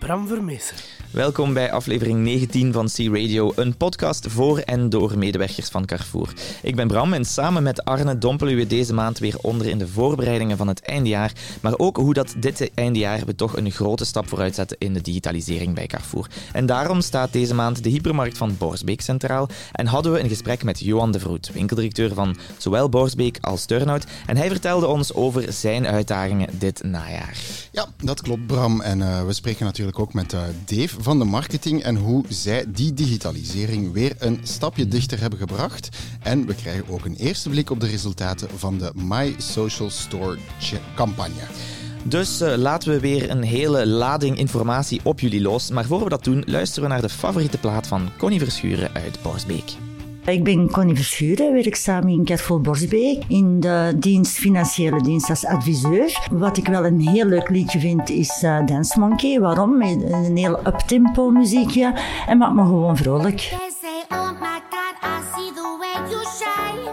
Bram Vermeessen. Welkom bij aflevering 19 van C-Radio, een podcast voor en door medewerkers van Carrefour. Ik ben Bram en samen met Arne dompelen we deze maand weer onder in de voorbereidingen van het eindejaar, maar ook hoe dat dit eindejaar we toch een grote stap vooruit zetten in de digitalisering bij Carrefour. En daarom staat deze maand de hypermarkt van Borsbeek centraal en hadden we een gesprek met Johan de Vroet, winkeldirecteur van zowel Borsbeek als Turnhout, en hij vertelde ons over zijn uitdagingen dit najaar. Ja, dat klopt, Bram. En we spreken natuurlijk ook met Dave van de marketing en hoe zij die digitalisering weer een stapje dichter hebben gebracht. En we krijgen ook een eerste blik op de resultaten van de My Social Store campagne. Dus laten we weer een hele lading informatie op jullie los. Maar voor we dat doen, luisteren we naar de favoriete plaat van Connie Verschuren uit Borsbeek. Ik ben Connie Verschuren, werkzaam in Carrefour Borsbeek in de financiële dienst als adviseur. Wat ik wel een heel leuk liedje vind is Dance Monkey. Waarom? Een heel uptempo muziekje en maakt me gewoon vrolijk. They say, oh my God, I see the way you shine.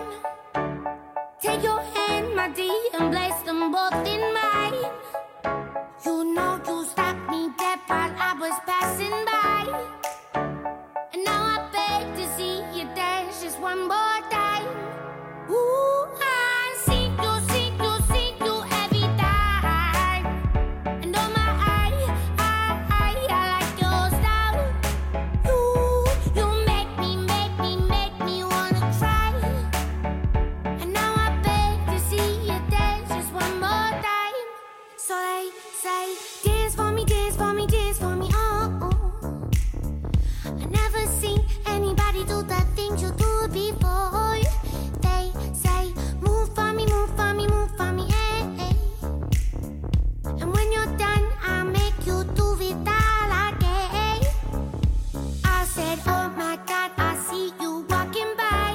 Take your hand, my dear, and place them both in mine. You know you stopped me dead while I was passing by. And now I beg to see you dance just one more time. Ooh, I see you every time. And oh my, I like your style. You make me wanna cry. And now I beg to see you dance just one more time. So they say, dance for me, dance for me, dance for me, oh. I never seen anybody do the things you do before. They say, move for me, move for me, move for me, eh. And when you're done, I'll make you do it all again. I said, oh my God, I see you walking by.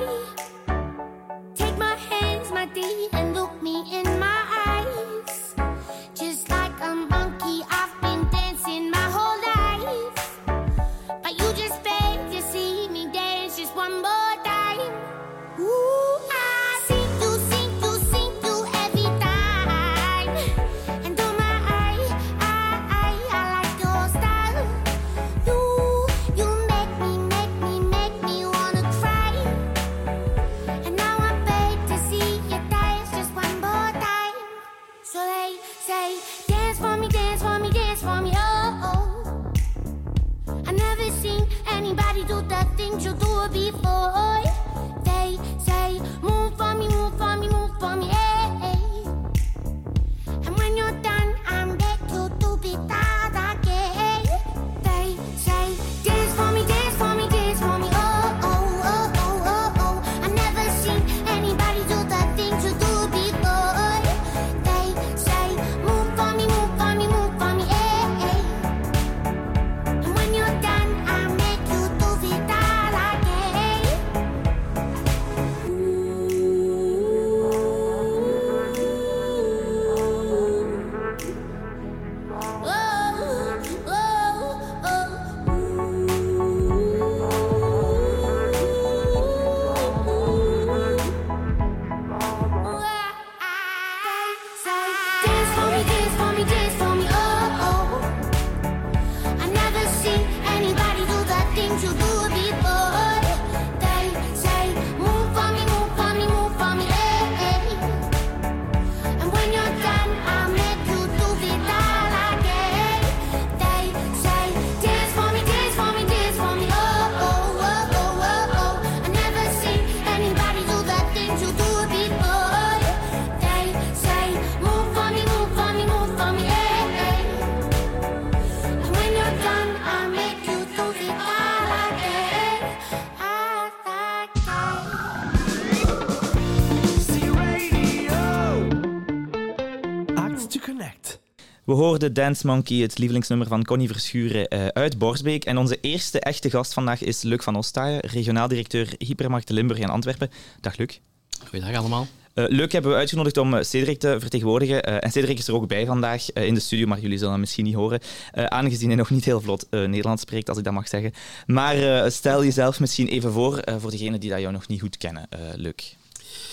Take my hands, my dear, and look me in my eyes. Just like a monkey, I've been dancing my whole life. But you just beg to see me dance just one more time. Ooh, I see you every time. And oh my, I like your style. You make me wanna cry. And now I beg to see you dance just one more time. So they say, dance for me, dance for me, dance for me, oh. I never seen anybody do the things you do before. They say, move for me, move for me, move for me, eh. And when you're done, I'm back to do it all again. They say, dance for me, dance for me, dance for me, oh, oh, oh, oh, oh, oh. I never seen anybody do the things you do before. They say, move for me, move for me, move for me, eh. And when you're done, I'll make you do it all again. Dance for me, dance for me, dance for me, oh, oh. I never seen anybody do the things you do before. They say, move for me, move for me, move for me, eh. And when you're done, I'll make you do it all again. They say, dance for me, dance for me, dance for me, oh, oh, oh, oh, oh, oh. I never seen anybody do the things you do before. They say, move for me, move for me, move for me, eh. And when you're done, I'll make you do it all again. C-Radio. Act to Connect. We hoorden Dance Monkey, het lievelingsnummer van Connie Verschuren uit Borsbeek. En onze eerste echte gast vandaag is Luc van Ostaaien, regionaal directeur Hypermarkten Limburg en Antwerpen. Dag Luc. Goeiedag allemaal. Luc hebben we uitgenodigd om Cedric te vertegenwoordigen. En Cedric is er ook bij vandaag in de studio, maar jullie zullen hem misschien niet horen. Aangezien hij nog niet heel vlot Nederlands spreekt, als ik dat mag zeggen. Maar stel jezelf misschien even voor degenen die dat jou nog niet goed kennen, Luc.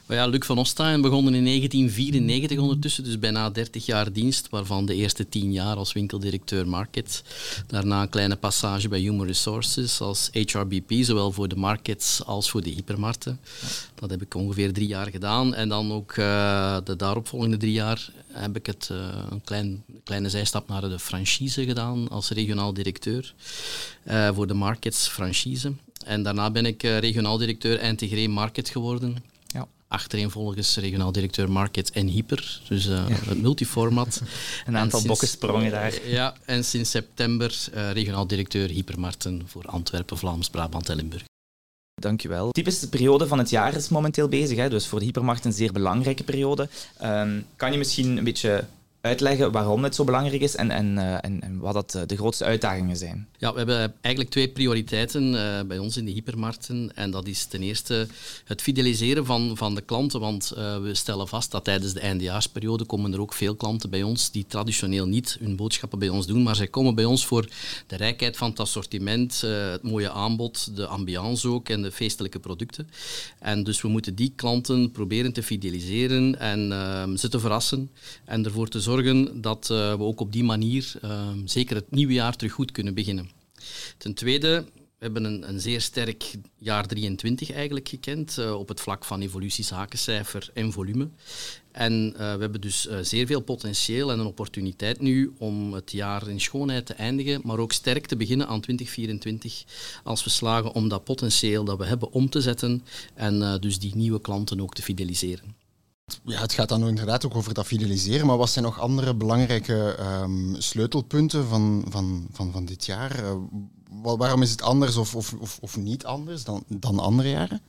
Maar ja, Luc van Ostaaien begon in 1994 ondertussen, dus bijna 30 jaar dienst, waarvan de eerste 10 jaar als winkeldirecteur market. Daarna een kleine passage bij Human Resources als HRBP, zowel voor de markets als voor de hypermarkten. Dat heb ik ongeveer 3 jaar gedaan. En dan ook de daaropvolgende 3 jaar heb ik een kleine zijstap naar de franchise gedaan als regionaal directeur voor de markets franchise. En daarna ben ik regionaal directeur Integré Market geworden. Ja. Achtereenvolgens regionaal directeur Market en Hyper, dus het multiformat. Een aantal bokken sprongen daar. Ja, en sinds september regionaal directeur Hypermarkten voor Antwerpen, Vlaams, Brabant en Limburg. Dankjewel. De typische periode van het jaar is momenteel bezig, hè? Dus voor de hypermarkt een zeer belangrijke periode. Kan je misschien een beetje uitleggen waarom het zo belangrijk is en wat dat de grootste uitdagingen zijn? Ja, we hebben eigenlijk 2 prioriteiten bij ons in de hypermarkten. En dat is ten eerste het fideliseren van de klanten. Want we stellen vast dat tijdens de eindejaarsperiode komen er ook veel klanten bij ons die traditioneel niet hun boodschappen bij ons doen. Maar zij komen bij ons voor de rijkheid van het assortiment, het mooie aanbod, de ambiance ook en de feestelijke producten. En dus we moeten die klanten proberen te fideliseren en ze te verrassen. En ervoor te zorgen dat we ook op die manier zeker het nieuwe jaar terug goed kunnen beginnen. Ten tweede, we hebben een zeer sterk jaar 23 eigenlijk gekend op het vlak van evolutie, zakencijfer en volume. En we hebben dus zeer veel potentieel en een opportuniteit nu om het jaar in schoonheid te eindigen, maar ook sterk te beginnen aan 2024 als we slagen om dat potentieel dat we hebben om te zetten en dus die nieuwe klanten ook te fideliseren. Ja, het gaat dan inderdaad ook over dat fideliseren, maar wat zijn nog andere belangrijke sleutelpunten van dit jaar? Waarom is het anders of niet anders dan andere jaren?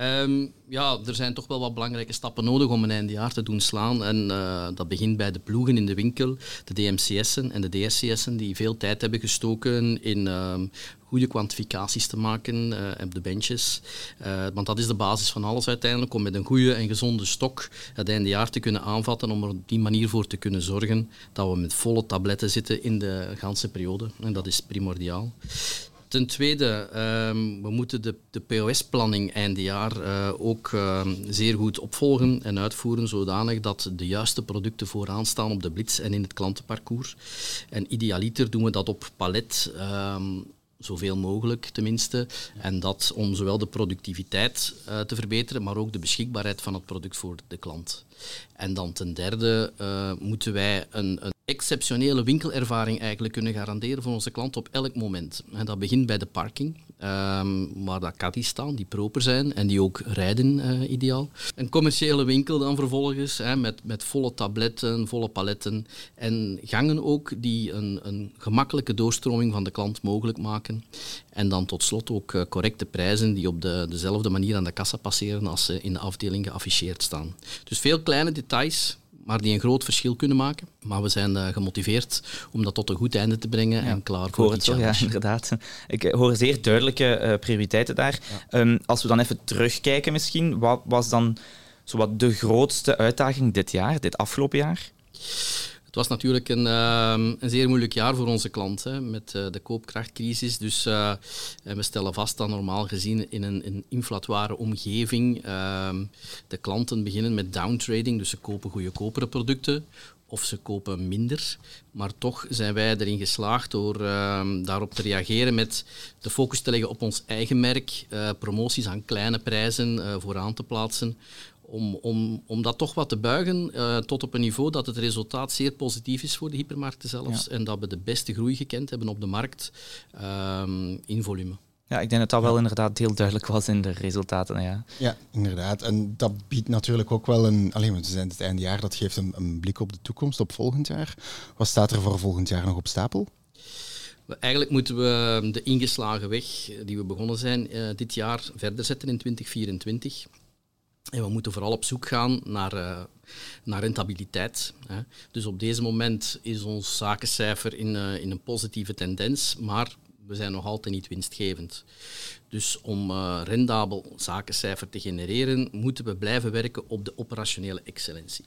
Ja, er zijn toch wel wat belangrijke stappen nodig om een eindejaar te doen slaan. En dat begint bij de ploegen in de winkel, de DMCS'en en de DSCS'en, die veel tijd hebben gestoken in goede kwantificaties te maken op de benches. Want dat is de basis van alles uiteindelijk, om met een goede en gezonde stok het eindejaar te kunnen aanvatten, om er op die manier voor te kunnen zorgen dat we met volle tabletten zitten in de ganse periode. En dat is primordiaal. Ten tweede, we moeten de POS-planning eindejaar ook zeer goed opvolgen en uitvoeren, zodanig dat de juiste producten vooraan staan op de blitz en in het klantenparcours. En idealiter doen we dat op palet, zoveel mogelijk tenminste. En dat om zowel de productiviteit te verbeteren, maar ook de beschikbaarheid van het product voor de klant. En dan ten derde moeten wij een exceptionele winkelervaring eigenlijk kunnen garanderen voor onze klant op elk moment. En dat begint bij de parking, waar dat caddies staan, die proper zijn en die ook rijden ideaal. Een commerciële winkel dan vervolgens, met volle tabletten, volle paletten en gangen ook die een gemakkelijke doorstroming van de klant mogelijk maken. En dan tot slot ook correcte prijzen die op dezelfde manier aan de kassa passeren als ze in de afdeling geafficheerd staan. Dus veel kleine details, maar die een groot verschil kunnen maken. Maar we zijn gemotiveerd om dat tot een goed einde te brengen en klaar voor die challenge. Ja, inderdaad. Ik hoor zeer duidelijke prioriteiten daar. Ja. Als we dan even terugkijken misschien, wat was dan zowat de grootste uitdaging dit afgelopen jaar? Het was natuurlijk een zeer moeilijk jaar voor onze klant, met de koopkrachtcrisis. Dus we stellen vast dat normaal gezien in een inflatoire omgeving de klanten beginnen met downtrading. Dus ze kopen goedkopere producten of ze kopen minder. Maar toch zijn wij erin geslaagd door daarop te reageren met de focus te leggen op ons eigen merk, promoties aan kleine prijzen vooraan te plaatsen. Om dat toch wat te buigen tot op een niveau dat het resultaat zeer positief is voor de hypermarkten zelfs. Ja. En dat we de beste groei gekend hebben op de markt in volume. Ja, ik denk dat dat wel inderdaad heel duidelijk was in de resultaten. Ja, ja, inderdaad. En dat biedt natuurlijk ook wel we zijn het eindejaar, dat geeft een blik op de toekomst, op volgend jaar. Wat staat er voor volgend jaar nog op stapel? Eigenlijk moeten we de ingeslagen weg die we begonnen zijn dit jaar verder zetten in 2024. En we moeten vooral op zoek gaan naar rentabiliteit. Hè. Dus op deze moment is ons zakencijfer in een positieve tendens, maar we zijn nog altijd niet winstgevend. Dus om rendabel zakencijfer te genereren, moeten we blijven werken op de operationele excellentie.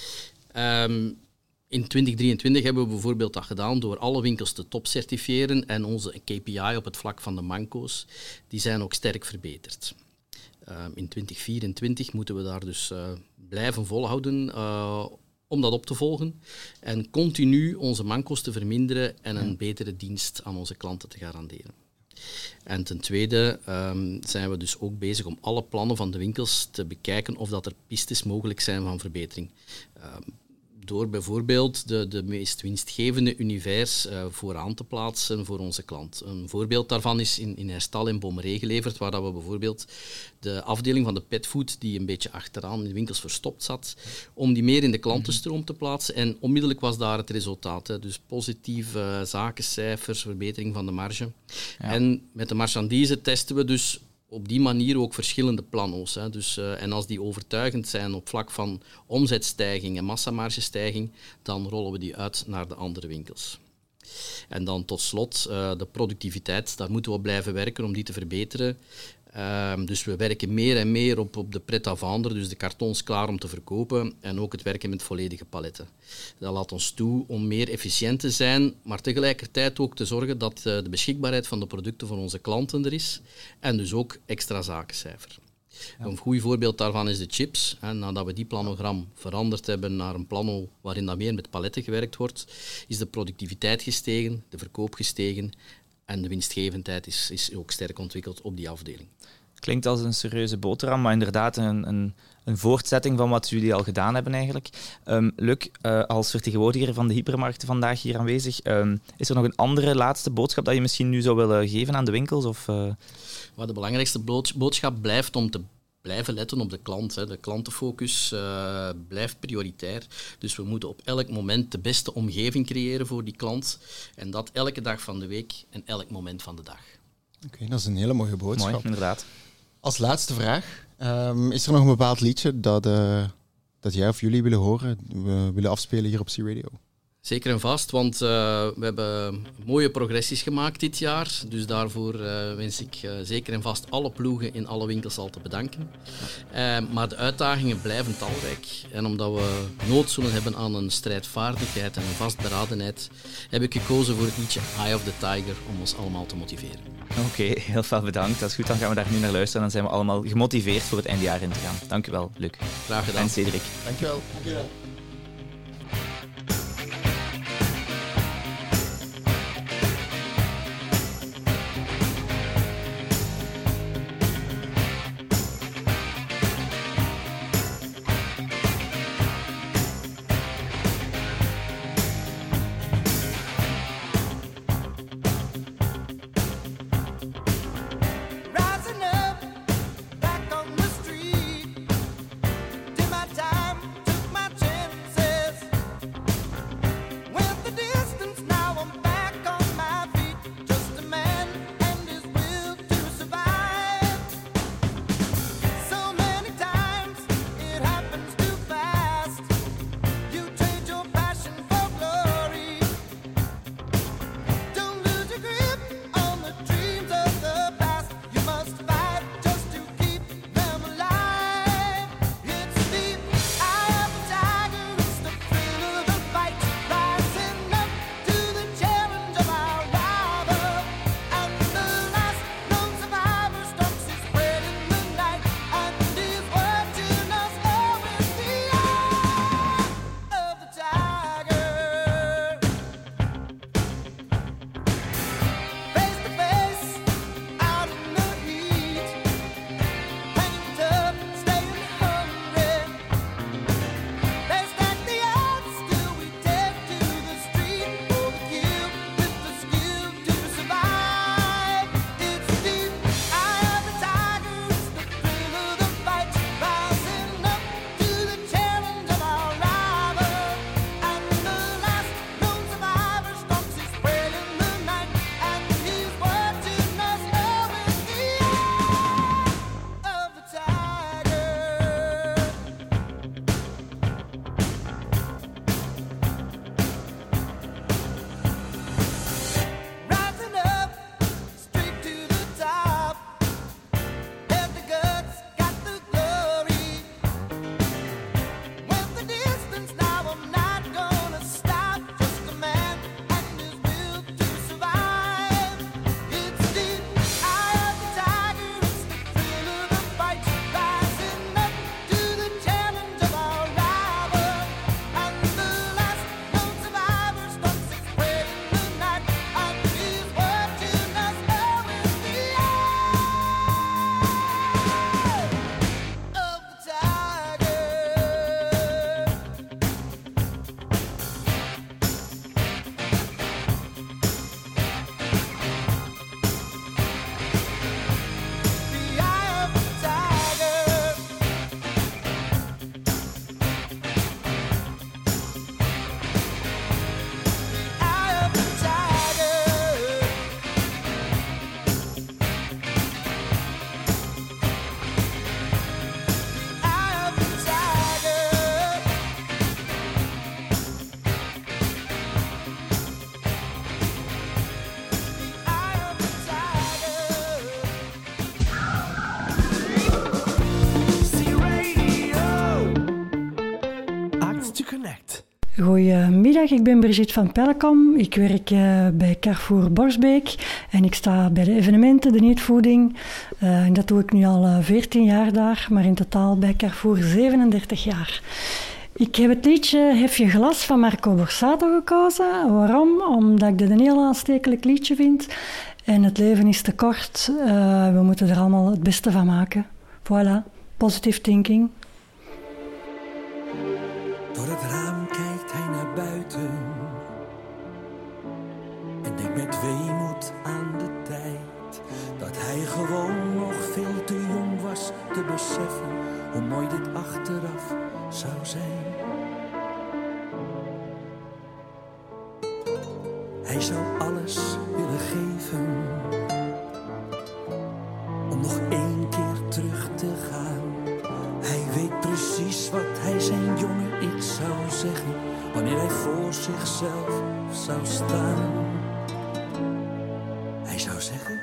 In 2023 hebben we bijvoorbeeld dat gedaan door alle winkels te topcertifiëren en onze KPI op het vlak van de manco's, die zijn ook sterk verbeterd. In 2024 moeten we daar dus blijven volhouden om dat op te volgen en continu onze manco's te verminderen en een betere dienst aan onze klanten te garanderen. En ten tweede zijn we dus ook bezig om alle plannen van de winkels te bekijken of dat er pistes mogelijk zijn van verbetering. Door bijvoorbeeld de meest winstgevende univers vooraan te plaatsen voor onze klant. Een voorbeeld daarvan is in Herstal in Bommeré geleverd, waar dat we bijvoorbeeld de afdeling van de petfood, die een beetje achteraan in de winkels verstopt zat, om die meer in de klantenstroom te plaatsen. En onmiddellijk was daar het resultaat. Hè. Dus positieve zakencijfers, verbetering van de marge. Ja. En met de marchandise testen we dus op die manier ook verschillende plano's. Hè. Dus, en als die overtuigend zijn op vlak van omzetstijging en massamargestijging, dan rollen we die uit naar de andere winkels. En dan tot slot de productiviteit. Daar moeten we op blijven werken om die te verbeteren. Dus we werken meer en meer op de pret-à-vendre, dus de kartons klaar om te verkopen en ook het werken met volledige paletten. Dat laat ons toe om meer efficiënt te zijn, maar tegelijkertijd ook te zorgen dat de beschikbaarheid van de producten voor onze klanten er is en dus ook extra zakencijfer. Ja. Een goed voorbeeld daarvan is de chips. Nadat we die planogram veranderd hebben naar een plano waarin dat meer met paletten gewerkt wordt, is de productiviteit gestegen, de verkoop gestegen en de winstgevendheid is ook sterk ontwikkeld op die afdeling. Klinkt als een serieuze boterham, maar inderdaad een voortzetting van wat jullie al gedaan hebben eigenlijk. Luc, als vertegenwoordiger van de hypermarkten vandaag hier aanwezig, is er nog een andere laatste boodschap dat je misschien nu zou willen geven aan de winkels? Of, Maar de belangrijkste boodschap blijft om te blijven letten op de klant. Hè. De klantenfocus blijft prioritair. Dus we moeten op elk moment de beste omgeving creëren voor die klant. En dat elke dag van de week en elk moment van de dag. Oké, dat is een hele mooie boodschap. Mooi, inderdaad. Als laatste vraag. Is er nog een bepaald liedje dat jij of jullie willen horen, willen afspelen hier op C-Radio? Zeker en vast, want we hebben mooie progressies gemaakt dit jaar. Dus daarvoor wens ik zeker en vast alle ploegen in alle winkels al te bedanken. Maar de uitdagingen blijven talrijk. En omdat we nood zullen hebben aan een strijdvaardigheid en een vastberadenheid, heb ik gekozen voor het liedje Eye of the Tiger om ons allemaal te motiveren. Oké, heel veel bedankt. Dat is goed, dan gaan we daar nu naar luisteren. Dan zijn we allemaal gemotiveerd voor het eindejaar in te gaan. Dank u wel, Luc. Graag gedaan. En Cedric. Dank je wel. Rising up, back on the street. Did my time, took my chance. Acts to Connect. Goedemiddag, ik ben Brigitte van Pellekom. Ik werk bij Carrefour Borsbeek en ik sta bij de evenementen, de niet-voeding. En dat doe ik nu al 14 jaar daar, maar in totaal bij Carrefour 37 jaar. Ik heb het liedje Hef je glas van Marco Borsato gekozen. Waarom? Omdat ik dit een heel aanstekelijk liedje vind. En het leven is te kort. We moeten er allemaal het beste van maken. Voilà, positive thinking. Door het raam kijkt hij naar buiten en denkt met weemoed aan de tijd dat hij gewoon nog veel te jong was te beseffen hoe mooi dit achteraf zou zijn. Hij zou alles willen geven om nog 1 keer terug te gaan. Hij weet precies wat hij zijn jonge ik zou zeggen wanneer hij voor zichzelf zou staan. Hij zou zeggen: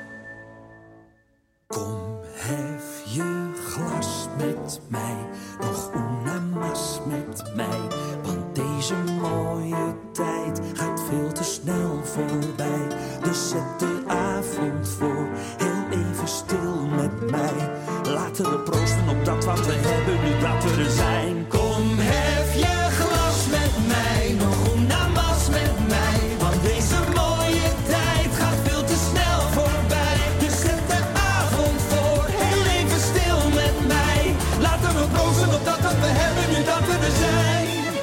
kom, hef je glas met mij, nog una mas met mij, want deze mooie tijd gaat veel te snel voorbij. Dus zet de avond voor, heel even stil met mij. Laten we proosten op dat wat we hebben, nu dat we er zijn. Kom, hef je glas met mij, nog una mas met mij, want deze mooie tijd gaat veel te snel voorbij. Dus zet de avond voor, heel even stil met mij. Laten we proosten op dat wat we hebben, nu dat we er zijn.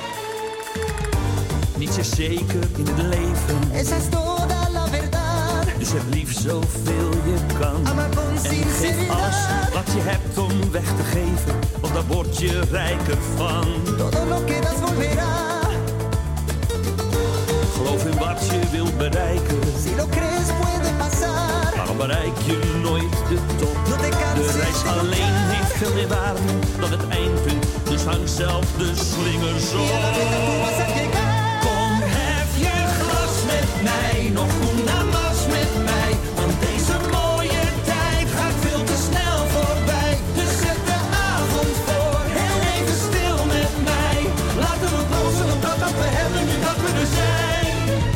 Niets is zeker in het leven, esa es toda la verdad. Dus heb lief zoveel je kan en geef alles wat je hebt om weg te geven, want daar word je rijker van. Todo lo que das volverá. Geloof in wat je wilt bereiken. Si lo crees puede pasar. Waarom bereik je nooit de top? No te canses. De reis alleen heeft veel meer waarde dan het eindpunt, dus hang zelf de slingers op. Kom, hef je glas met mij, nog una mas met mij, want deze mooie tijd gaat veel te snel voorbij. Dus zet de avond voor, heel even stil met mij. Laten we proosten op dat wat we hebben, nu dat we er zijn.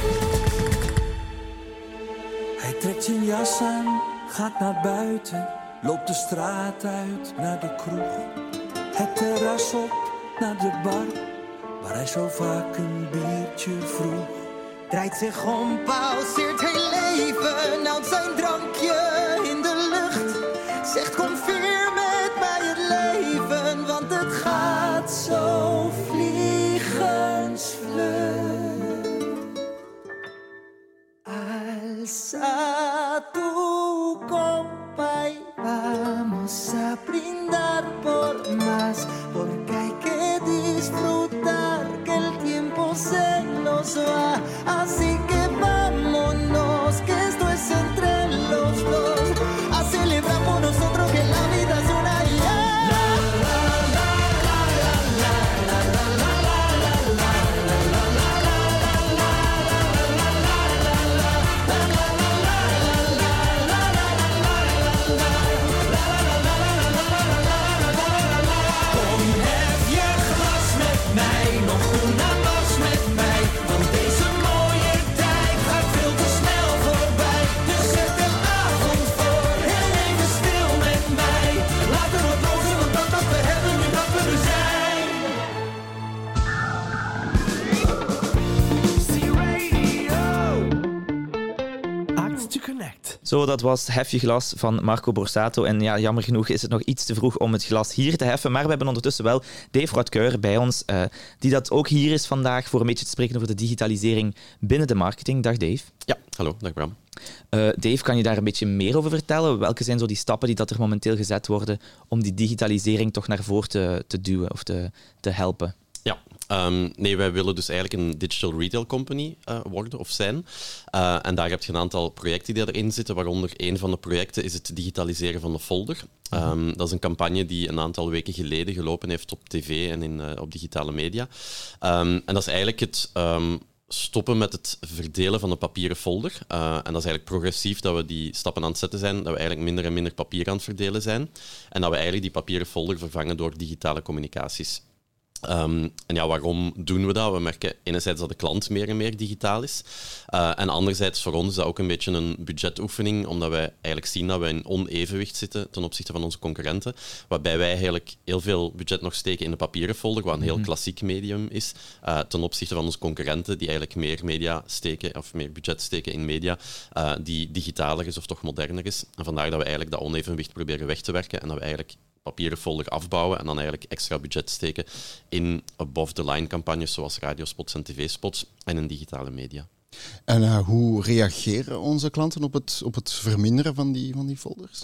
Hij trekt zijn jas aan, gaat naar buiten, loopt de straat uit naar de kroeg. Het terras op naar de bar, waar hij zo vaak een biertje vroeg. Draait zich om, pauzeert heel leven, houdt zijn drankje in de lucht. Zegt kom vier met mij het leven, want het gaat zo vliegensvlug. Alza tu copa y vamos a brindar por más, porque hay que disfrutar que el tiempo se nos va. Así que vámonos, que esto es entre los dos, a celebrar por nosotros que la vida es una Zo, dat was Hef je glas van Marco Borsato. En ja, jammer genoeg is het nog iets te vroeg om het glas hier te heffen. Maar we hebben ondertussen wel Dave Rotkeur bij ons, die dat ook hier is vandaag voor een beetje te spreken over de digitalisering binnen de marketing. Dag Dave. Ja, hallo, dag Bram. Dave, kan je daar een beetje meer over vertellen? Welke zijn zo die stappen die dat er momenteel gezet worden om die digitalisering toch naar voren te duwen of te helpen? Ja, nee, wij willen dus eigenlijk een digital retail company worden of zijn. En daar heb je een aantal projecten die erin zitten, waaronder een van de projecten is het digitaliseren van de folder. Dat is een campagne die een aantal weken geleden gelopen heeft op tv en op digitale media. En dat is eigenlijk het stoppen met het verdelen van de papieren folder. En dat is eigenlijk progressief dat we die stappen aan het zetten zijn, dat we eigenlijk minder en minder papier aan het verdelen zijn en dat we eigenlijk die papieren folder vervangen door digitale communicaties. En ja, waarom doen we dat? We merken enerzijds dat de klant meer en meer digitaal is. En anderzijds voor ons is dat ook een beetje een budgetoefening, omdat wij eigenlijk zien dat wij in onevenwicht zitten ten opzichte van onze concurrenten. Waarbij wij eigenlijk heel veel budget nog steken in de papieren folder, wat een heel klassiek medium is, ten opzichte van onze concurrenten die eigenlijk meer media steken, of meer budget steken in media, die digitaler is of toch moderner is. En vandaar dat we eigenlijk dat onevenwicht proberen weg te werken en dat we eigenlijk papieren folder afbouwen en dan eigenlijk extra budget steken in above-the-line campagnes zoals radiospots en tv-spots en in digitale media. En hoe reageren onze klanten op het verminderen van die folders?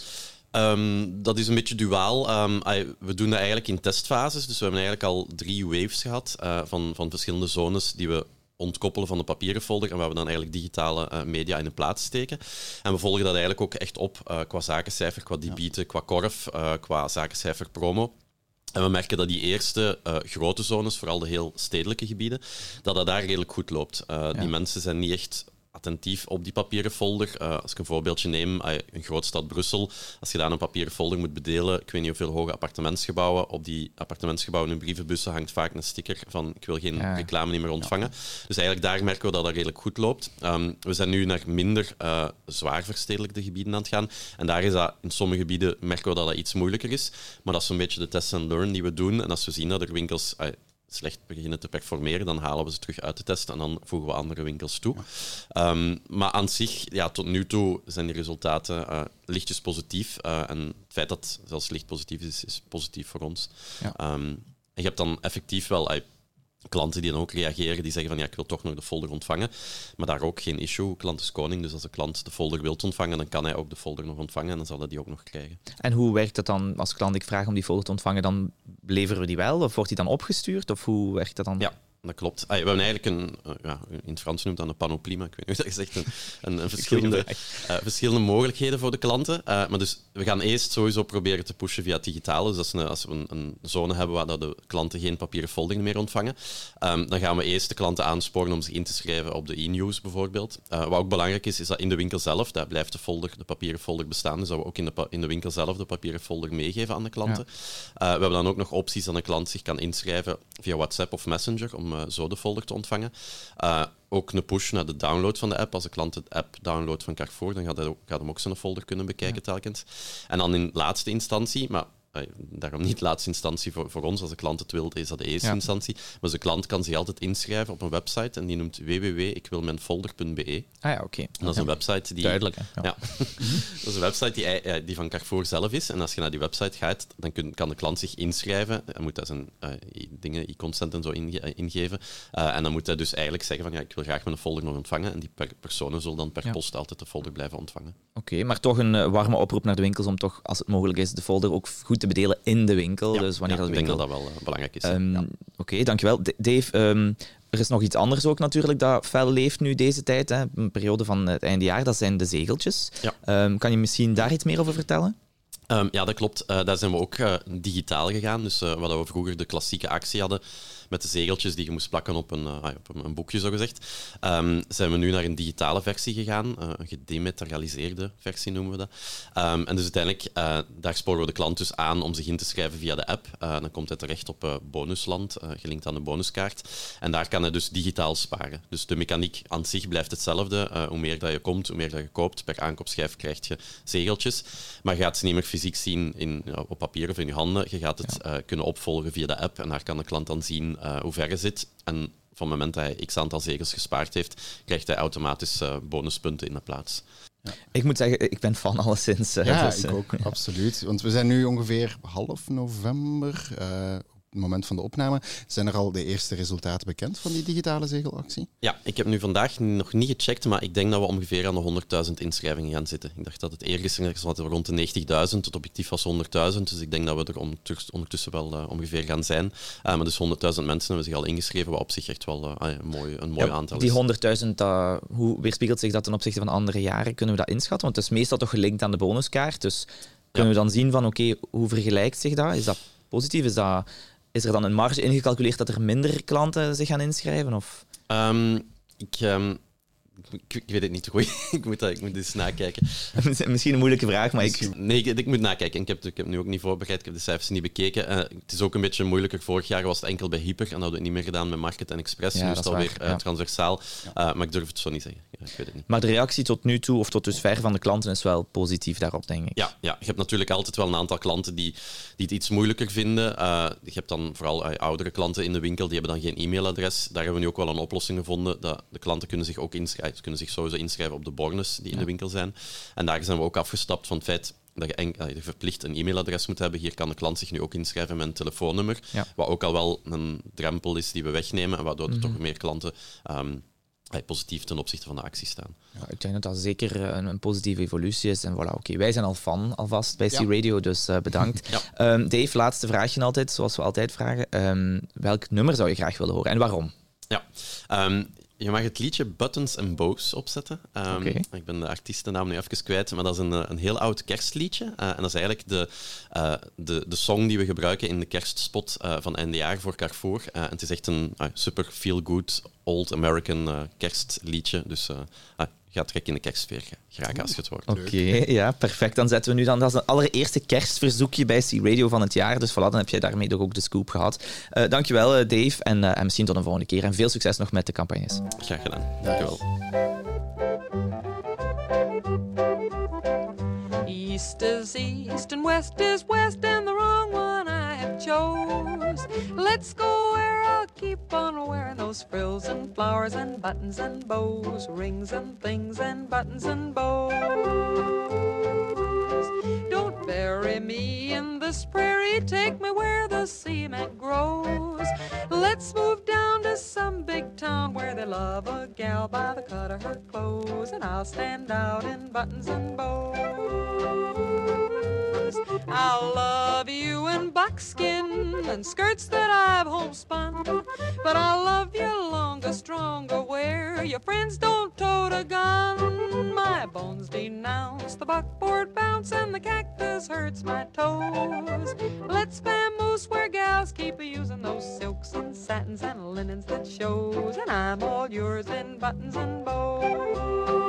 Dat is een beetje duaal. We doen dat eigenlijk in testfases, dus we hebben eigenlijk al 3 waves gehad van verschillende zones die we ontkoppelen van de papieren folder en waar we dan eigenlijk digitale media in de plaats steken. En we volgen dat eigenlijk ook echt op qua zakencijfer, qua debieten, qua korf, qua zakencijfer promo. En we merken dat die eerste grote zones, vooral de heel stedelijke gebieden, dat daar redelijk goed loopt. Die mensen zijn niet echt attentief op die papieren folder. Als ik een voorbeeldje neem, een grootstad Brussel, als je daar een papieren folder moet bedelen, ik weet niet hoeveel hoge appartementsgebouwen, op die appartementsgebouwen in brievenbussen hangt vaak een sticker van ik wil geen reclame meer ontvangen. Dus eigenlijk daar merken we dat redelijk goed loopt. We zijn nu naar minder zwaar verstedelijkte gebieden aan het gaan. En daar is dat, in sommige gebieden merken we dat iets moeilijker is. Maar dat is zo'n beetje de test and learn die we doen. En als we zien dat er winkels slecht beginnen te performeren, dan halen we ze terug uit de test en dan voegen we andere winkels toe. Maar aan zich, tot nu toe zijn die resultaten lichtjes positief. En het feit dat het zelfs licht positief is positief voor ons. Ja. En je hebt dan effectief wel klanten die dan ook reageren, die zeggen van ik wil toch nog de folder ontvangen. Maar daar ook geen issue. Klant is koning, dus als de klant de folder wilt ontvangen, dan kan hij ook de folder nog ontvangen en dan zal hij die ook nog krijgen. En hoe werkt het dan als klant ik vraag om die folder te ontvangen? Dan leveren we die wel? Of wordt die dan opgestuurd? Of hoe werkt dat dan? Ja, dat klopt. We hebben eigenlijk in het Frans noemt dat een panoplie, maar ik weet niet hoe dat gezegd een verschillende mogelijkheden voor de klanten. Maar dus we gaan eerst sowieso proberen te pushen via het digitale. Dus als we een zone hebben waar de klanten geen papieren folder meer ontvangen, dan gaan we eerst de klanten aansporen om zich in te schrijven op de e-news bijvoorbeeld. Wat ook belangrijk is dat in de winkel zelf, daar blijft de papieren folder bestaan, dus dat we ook in de winkel zelf de papieren folder meegeven aan de klanten. We hebben dan ook nog opties dat een klant zich kan inschrijven via WhatsApp of Messenger om zo de folder te ontvangen. Ook een push naar de download van de app. Als de klant de app downloadt van Carrefour, dan gaat hem ook zijn folder kunnen bekijken telkens. En dan in laatste instantie, maar daarom niet laatste instantie voor ons, als de klant het wil, is dat de eerste instantie. Maar de klant kan zich altijd inschrijven op een website en die noemt www.ikwilmijnfolder.be. Oké. Dat is een website die... Duidelijk, hè? Ja. Dat is een website die van Carrefour zelf is. En als je naar die website gaat, dan kan de klant zich inschrijven. Hij moet daar zijn e-consent en zo ingeven. En dan moet hij dus eigenlijk zeggen van ik wil graag mijn folder nog ontvangen. En die personen zullen dan per post altijd de folder blijven ontvangen. Oké, maar toch een warme oproep naar de winkels om toch, als het mogelijk is, de folder ook goed te bedelen in de winkel. Ja, dus wanneer ik denk dat dat wel belangrijk is. Oké, dankjewel. Dave, er is nog iets anders ook natuurlijk dat fel leeft nu deze tijd, hè, een periode van het eindejaar, dat zijn de zegeltjes. Ja. Kan je misschien daar iets meer over vertellen? Ja, dat klopt. Daar zijn we ook digitaal gegaan. Dus wat we vroeger de klassieke actie hadden met de zegeltjes die je moest plakken op een boekje, zogezegd, zijn we nu naar een digitale versie gegaan. Een gedematerialiseerde versie noemen we dat. En dus uiteindelijk, daar sporen we de klant dus aan om zich in te schrijven via de app. Dan komt hij terecht op bonusland, gelinkt aan de bonuskaart. En daar kan hij dus digitaal sparen. Dus de mechaniek aan zich blijft hetzelfde. Hoe meer dat je komt, hoe meer dat je koopt. Per aankoopschijf krijg je zegeltjes. Maar je gaat ze niet meer fysiek zien op papier of in je handen. Je gaat het kunnen opvolgen via de app. En daar kan de klant dan zien hoe ver je zit. En van het moment dat hij x aantal zegels gespaard heeft, krijgt hij automatisch bonuspunten in de plaats. Ja. Ik moet zeggen, ik ben fan alleszins. Dus, ik ook, absoluut. Want we zijn nu ongeveer half november. Op het moment van de opname. Zijn er al de eerste resultaten bekend van die digitale zegelactie? Ja, ik heb nu vandaag nog niet gecheckt, maar ik denk dat we ongeveer aan de 100.000 inschrijvingen gaan zitten. Ik dacht dat het eergisteren was rond de 90.000, het objectief was 100.000, dus ik denk dat we er ondertussen wel ongeveer gaan zijn. Maar dus 100.000 mensen hebben zich al ingeschreven, wat op zich echt wel een mooi aantal is. Die 100.000, hoe weerspiegelt zich dat ten opzichte van andere jaren? Kunnen we dat inschatten? Want het is meestal toch gelinkt aan de bonuskaart, dus kunnen we dan zien van hoe vergelijkt zich dat? Is dat positief? Is er dan een marge ingecalculeerd dat er minder klanten zich gaan inschrijven? Of? Ik weet het niet te goed. ik moet eens nakijken. Misschien een moeilijke vraag, maar Nee, ik moet nakijken. Ik heb nu ook niet voorbereid. Ik heb de cijfers niet bekeken. Het is ook een beetje moeilijker. Vorig jaar was het enkel bij Hyper en dat hadden we het niet meer gedaan met Market en Express. Ja, nu is het alweer waar, transversaal. Maar ik durf het zo niet zeggen. Ja, ik weet het niet. Maar de reactie tot nu toe, of tot dusver van de klanten, is wel positief daarop, denk ik. Ja, je hebt natuurlijk altijd wel een aantal klanten die het iets moeilijker vinden. Je hebt dan vooral oudere klanten in de winkel, die hebben dan geen e-mailadres. Daar hebben we nu ook wel een oplossing gevonden. Dat de klanten kunnen zich ook inschrijven. Ze kunnen zich sowieso inschrijven op de bornes die in de winkel zijn. En daar zijn we ook afgestapt van het feit dat je verplicht een e-mailadres moet hebben. Hier kan de klant zich nu ook inschrijven met een telefoonnummer. Ja. Wat ook al wel een drempel is die we wegnemen en waardoor er toch meer klanten positief ten opzichte van de actie staan. Ja, ik denk dat dat zeker een positieve evolutie is. En voilà, oké, wij zijn al fan alvast bij C-Radio, dus bedankt. Ja. Dave, laatste vraagje altijd, zoals we altijd vragen. Welk nummer zou je graag willen horen en waarom? Ja, je mag het liedje Buttons and Bows opzetten. Ik ben de artiestennaam nu even kwijt, maar dat is een heel oud kerstliedje. En dat is eigenlijk de song die we gebruiken in de kerstspot van einde jaar voor Carrefour. En het is echt een super feel-good, old American kerstliedje. Dus ga trek in de kerstsfeer graag als je het hoort. Oké, ja, perfect. Dan zetten we nu dan, dat is het allereerste kerstverzoekje bij C-Radio van het jaar. Dus voilà, dan heb jij daarmee toch ook de scoop gehad. Dankjewel, Dave. En misschien tot een volgende keer. En veel succes nog met de campagnes. Graag gedaan. Dankjewel. East is east and west is west and the wrong one I have chose. Let's go where I'll keep on wearing those frills and flowers and buttons and bows, rings and things and buttons and bows. Don't bury me in this prairie, take me where the cement grows. Let's move down to some big town where they love a gal by the cut of her clothes, and I'll stand out in buttons and bows. I'll love you in buckskin and skirts that I've homespun, but I'll love you longer, stronger, where your friends don't tote a gun. My bones denounce the buckboard bounce and the cactus hurts my toes. Let's vamoose where gals keep using those silks and satins and linens that shows, and I'm all yours in buttons and bows.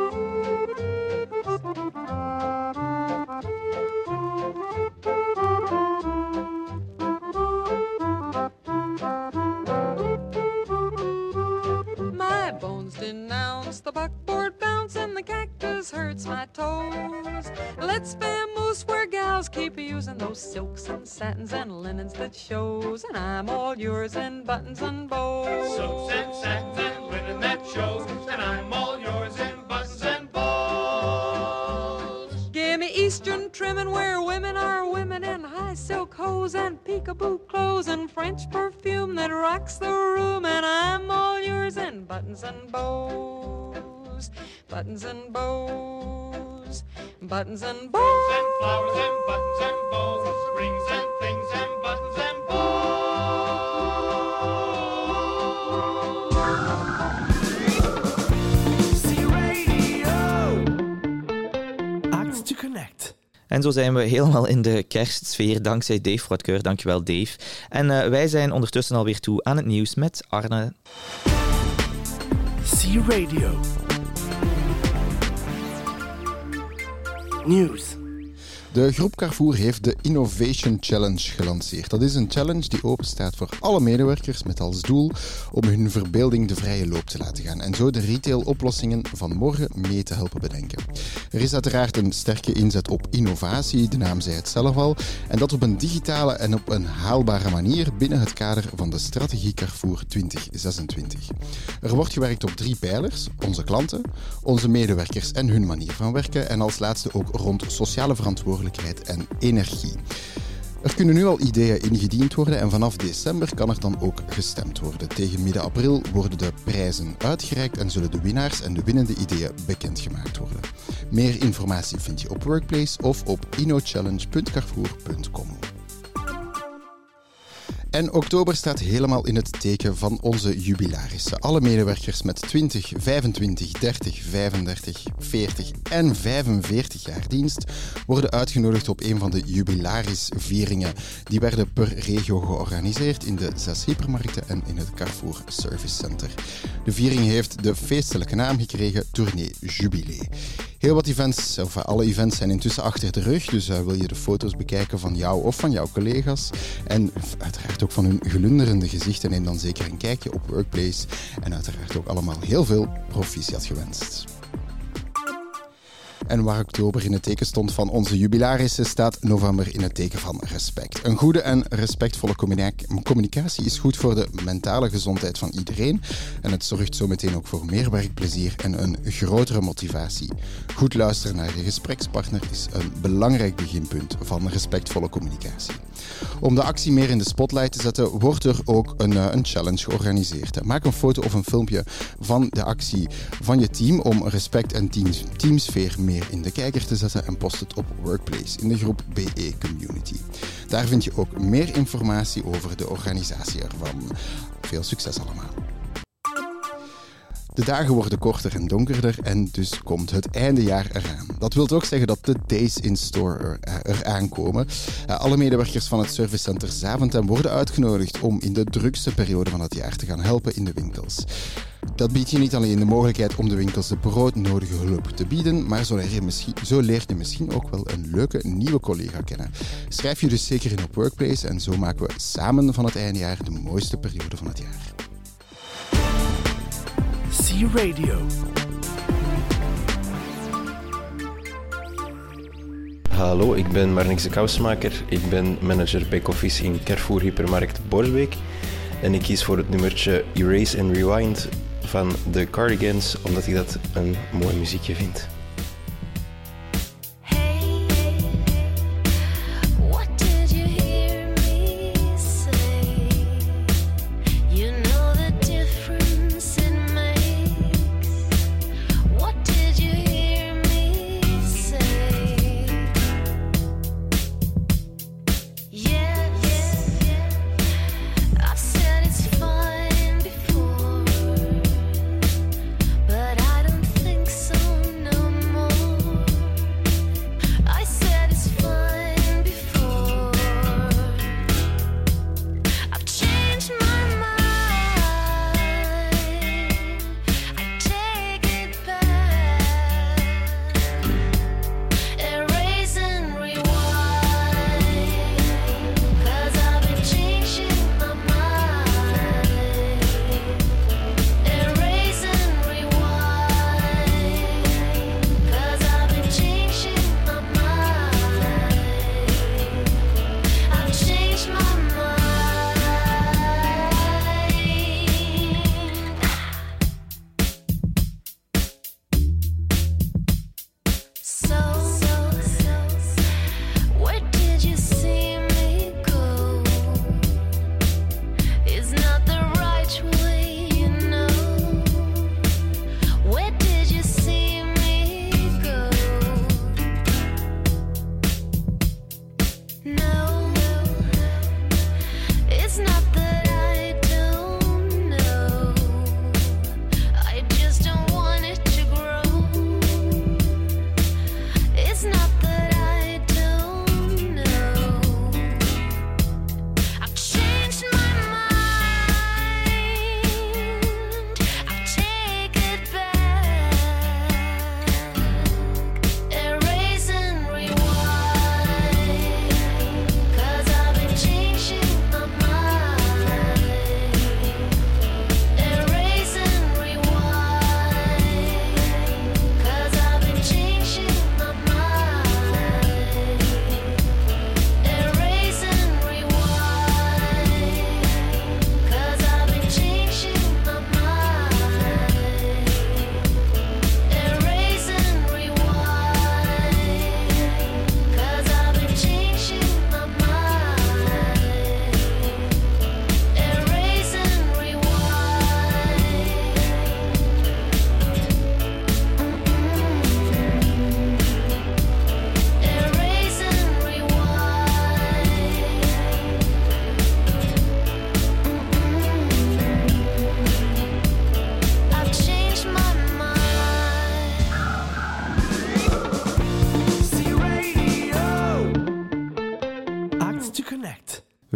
My bones denounce the buckboard bounce and the cactus hurts my toes. Let's vamoose where gals keep using those silks and satins and linens that shows, and I'm all yours in buttons and bows. Silks and satins and linen that shows, and I'm all yours in buttons and bows. Give me Eastern trimming where women are women in high silk hose and peekaboo clothes and French perfume that rocks the room, and I'm all yours in buttons and bows, buttons and bows, buttons and bows. Rings and flowers and buttons and bows, rings and things and buttons and bows. C-Radio. Act to connect. En zo zijn we helemaal in de kerstsfeer, dankzij Dave Froidkeur. Dankjewel, Dave. En wij zijn ondertussen alweer toe aan het nieuws met Arne. C-Radio. News. De groep Carrefour heeft de Innovation Challenge gelanceerd. Dat is een challenge die openstaat voor alle medewerkers met als doel om hun verbeelding de vrije loop te laten gaan en zo de retailoplossingen van morgen mee te helpen bedenken. Er is uiteraard een sterke inzet op innovatie, de naam zei het zelf al, en dat op een digitale en op een haalbare manier binnen het kader van de strategie Carrefour 2026. Er wordt gewerkt op 3 pijlers: onze klanten, onze medewerkers en hun manier van werken, en als laatste ook rond sociale verantwoordelijkheid en energie. Er kunnen nu al ideeën ingediend worden en vanaf december kan er dan ook gestemd worden. Tegen midden april worden de prijzen uitgereikt en zullen de winnaars en de winnende ideeën bekendgemaakt worden. Meer informatie vind je op Workplace of op innochallenge.carrefour.com. En oktober staat helemaal in het teken van onze jubilarissen. Alle medewerkers met 20, 25, 30, 35, 40 en 45 jaar dienst worden uitgenodigd op een van de jubilarisvieringen. Die werden per regio georganiseerd in de 6 hypermarkten en in het Carrefour Service Center. De viering heeft de feestelijke naam gekregen Tournee Jubilé. Heel wat events, of alle events zijn intussen achter de rug, dus wil je de foto's bekijken van jou of van jouw collega's en uiteraard ook van hun glunderende gezichten, neem dan zeker een kijkje op Workplace en uiteraard ook allemaal heel veel proficiat gewenst. En waar oktober in het teken stond van onze jubilarissen, staat november in het teken van respect. Een goede en respectvolle communicatie is goed voor de mentale gezondheid van iedereen en het zorgt zo meteen ook voor meer werkplezier en een grotere motivatie. Goed luisteren naar je gesprekspartner is een belangrijk beginpunt van respectvolle communicatie. Om de actie meer in de spotlight te zetten, wordt er ook een challenge georganiseerd. Maak een foto of een filmpje van de actie van je team om respect en teamsfeer meer in de kijker te zetten en post het op Workplace in de groep BE Community. Daar vind je ook meer informatie over de organisatie ervan. Veel succes allemaal! De dagen worden korter en donkerder en dus komt het eindejaar eraan. Dat wil ook zeggen dat de Days in Store eraan komen. Alle medewerkers van het Service Center Zaventem worden uitgenodigd om in de drukste periode van het jaar te gaan helpen in de winkels. Dat biedt je niet alleen de mogelijkheid om de winkels de broodnodige hulp te bieden, maar zo leer je misschien ook wel een leuke nieuwe collega kennen. Schrijf je dus zeker in op Workplace en zo maken we samen van het eindejaar de mooiste periode van het jaar. C-Radio. Hallo, ik ben Marnix de Kousmaker. Ik ben manager back-office in Carrefour Hypermarkt Borsbeek. En ik kies voor het nummertje Erase and Rewind van The Cardigans, omdat ik dat een mooi muziekje vind. But I don't think so, no.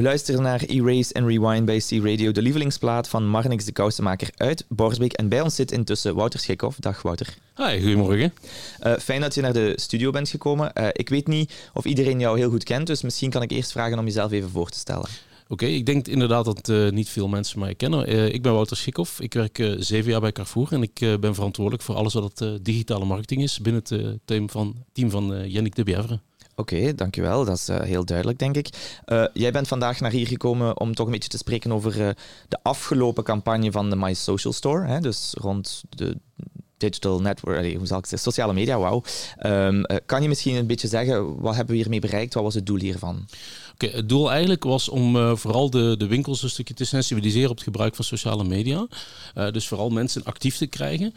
We luisteren naar Erase and Rewind bij C-Radio, de lievelingsplaat van Marnix de Kousenmaker uit Borsbeek. En bij ons zit intussen Wouter Schikhoff. Dag Wouter. Hi, goedemorgen. Fijn dat je naar de studio bent gekomen. Ik weet niet of iedereen jou heel goed kent, dus misschien kan ik eerst vragen om jezelf even voor te stellen. Oké, ik denk inderdaad dat niet veel mensen mij kennen. Ik ben Wouter Schikhoff. Ik werk 7 jaar bij Carrefour en ik ben verantwoordelijk voor alles wat digitale marketing is binnen het team van Yannick de Bièvre. Oké, dankjewel. Dat is heel duidelijk, denk ik. Jij bent vandaag naar hier gekomen om toch een beetje te spreken over de afgelopen campagne van de My Social Store. Hè? Dus rond de digital network, hoe zal ik zeggen, sociale media, wauw. Kan je misschien een beetje zeggen, wat hebben we hiermee bereikt? Wat was het doel hiervan? Okay, het doel eigenlijk was om vooral de winkels een stukje te sensibiliseren op het gebruik van sociale media. Dus vooral mensen actief te krijgen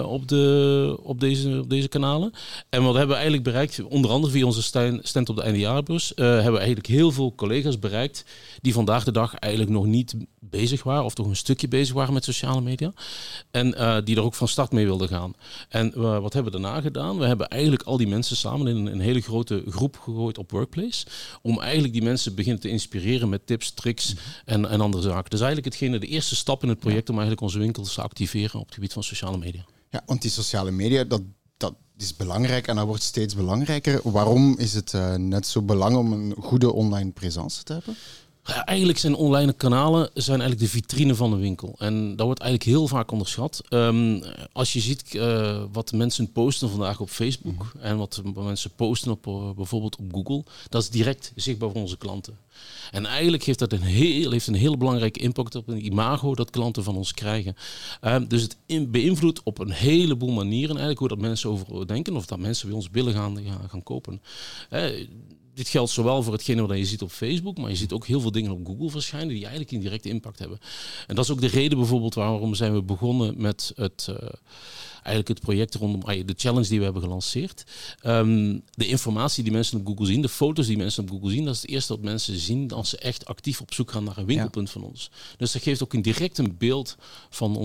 op deze kanalen. En wat hebben we eigenlijk bereikt? Onder andere via onze stand op de eindejarenbeurs hebben we eigenlijk heel veel collega's bereikt die vandaag de dag eigenlijk nog niet bezig waren of toch een stukje bezig waren met sociale media. En die er ook van start mee wilden gaan. En wat hebben we daarna gedaan? We hebben eigenlijk al die mensen samen in een hele grote groep gegooid op Workplace. Om eigenlijk die mensen beginnen te inspireren met tips, tricks en andere zaken. Dus eigenlijk de eerste stap in het project om eigenlijk onze winkels te activeren op het gebied van sociale media. Ja, want die sociale media, dat is belangrijk en dat wordt steeds belangrijker. Waarom is het net zo belangrijk om een goede online presence te hebben? Ja, eigenlijk zijn online kanalen eigenlijk de vitrine van de winkel. En dat wordt eigenlijk heel vaak onderschat. Als je ziet wat mensen posten vandaag op Facebook en wat mensen posten op bijvoorbeeld op Google, dat is direct zichtbaar voor onze klanten. En eigenlijk heeft dat een hele belangrijke impact op een imago dat klanten van ons krijgen. Dus het beïnvloedt op een heleboel manieren eigenlijk hoe dat mensen over denken of dat mensen bij ons willen gaan kopen. Dit geldt zowel voor hetgene wat je ziet op Facebook, maar je ziet ook heel veel dingen op Google verschijnen die eigenlijk een directe impact hebben. En dat is ook de reden bijvoorbeeld waarom zijn we begonnen met het project rondom de challenge die we hebben gelanceerd. De informatie die mensen op Google zien, de foto's die mensen op Google zien, dat is het eerste wat mensen zien als ze echt actief op zoek gaan naar een winkelpunt van ons. Dus dat geeft ook een beeld van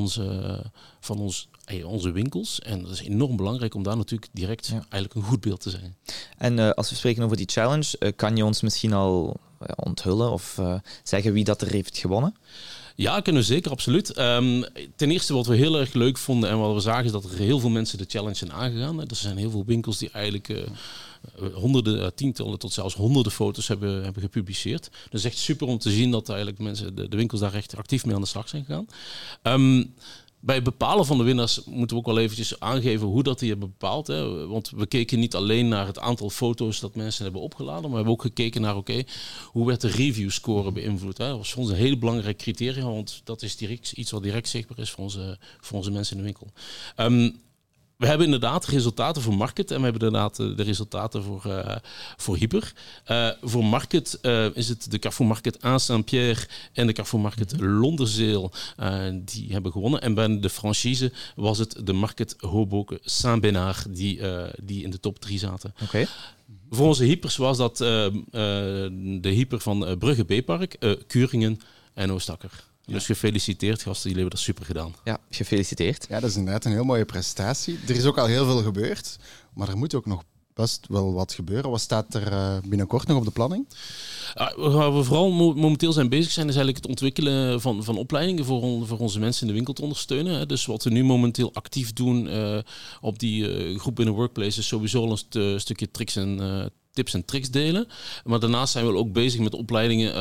onze winkels. En dat is enorm belangrijk om daar natuurlijk direct eigenlijk een goed beeld te zijn. En als we spreken over die challenge, kan je ons misschien al onthullen of zeggen wie dat er heeft gewonnen? Ja, kunnen we zeker, absoluut. Ten eerste wat we heel erg leuk vonden en wat we zagen is dat er heel veel mensen de challenge zijn aangegaan. Er zijn heel veel winkels die eigenlijk honderden, tientallen tot zelfs honderden foto's hebben gepubliceerd. Dus het is echt super om te zien dat eigenlijk mensen, de winkels daar echt actief mee aan de slag zijn gegaan. Bij het bepalen van de winnaars moeten we ook wel eventjes aangeven hoe dat die hebben bepaald. Hè? Want we keken niet alleen naar het aantal foto's dat mensen hebben opgeladen, maar we hebben ook gekeken naar hoe werd de review score beïnvloed. Hè? Dat was voor ons een hele belangrijk criterium, want dat is iets wat direct zichtbaar is voor onze mensen in de winkel. We hebben inderdaad resultaten voor Market en we hebben inderdaad de resultaten voor Hyper. Voor Market is het de Carrefour Market à Saint-Pierre en de Carrefour Market Londerzeel die hebben gewonnen. En bij de franchise was het de Market Hoboken Saint-Benard die in de top 3 zaten. Okay. Voor onze Hypers was dat de Hyper van Brugge B-Park, Kuringen en Oostakker. Dus gefeliciteerd, gasten. Jullie hebben dat super gedaan. Ja, gefeliciteerd. Ja, dat is inderdaad een heel mooie prestatie. Er is ook al heel veel gebeurd, maar er moet ook nog best wel wat gebeuren. Wat staat er binnenkort nog op de planning? Waar we vooral momenteel zijn bezig zijn, is eigenlijk het ontwikkelen van opleidingen voor onze mensen in de winkel te ondersteunen. Dus wat we nu momenteel actief doen op die groep binnen Workplace is sowieso al een stukje tips en tricks delen. Maar daarnaast zijn we ook bezig met opleidingen,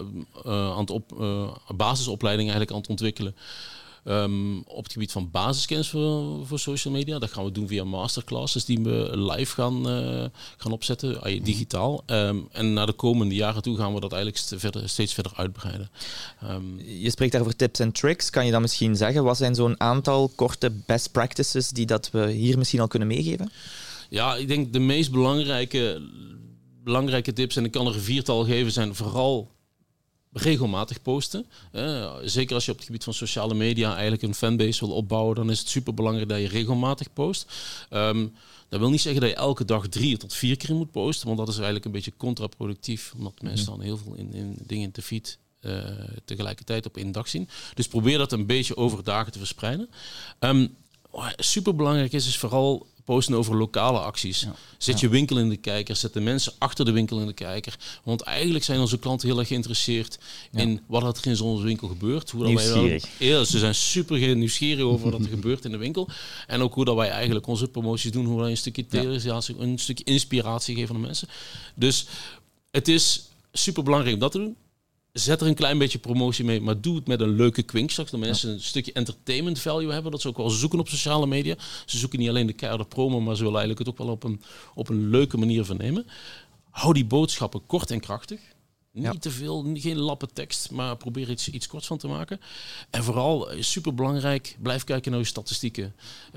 basisopleidingen eigenlijk aan het ontwikkelen. Op het gebied van basiskennis voor social media. Dat gaan we doen via masterclasses die we live gaan opzetten, digitaal. En naar de komende jaren toe gaan we dat eigenlijk steeds verder uitbreiden. Je spreekt daarover tips en tricks. Kan je dat misschien zeggen? Wat zijn zo'n aantal korte best practices die dat we hier misschien al kunnen meegeven? Ja, ik denk de meest belangrijke tips, en ik kan er een 4-tal geven, zijn vooral regelmatig posten. Zeker als je op het gebied van sociale media eigenlijk een fanbase wil opbouwen, dan is het superbelangrijk dat je regelmatig post. Dat wil niet zeggen dat je elke dag 3 tot 4 keer moet posten, want dat is eigenlijk een beetje contraproductief, omdat mensen dan heel veel in dingen in de feed tegelijkertijd op één dag zien. Dus probeer dat een beetje over dagen te verspreiden. superbelangrijk is vooral posten over lokale acties. Ja. Zet je winkel in de kijker, zet de mensen achter de winkel in de kijker. Want eigenlijk zijn onze klanten heel erg geïnteresseerd in wat er in onze winkel gebeurt. Hoe nieuwsgierig. Ze zijn super nieuwsgierig over wat er gebeurt in de winkel. En ook hoe dat wij eigenlijk onze promoties doen, hoe wij een stukje een stukje inspiratie geven aan de mensen. Dus het is super belangrijk om dat te doen. Zet er een klein beetje promotie mee, maar doe het met een leuke kwinkslag. Dat mensen een stukje entertainment value hebben. Dat ze ook wel zoeken op sociale media. Ze zoeken niet alleen de keiharde promo, maar ze willen eigenlijk het ook wel op een leuke manier vernemen. Hou die boodschappen kort en krachtig. Niet te veel, geen lappe tekst, maar probeer iets korts van te maken. En vooral, super belangrijk, blijf kijken naar je statistieken.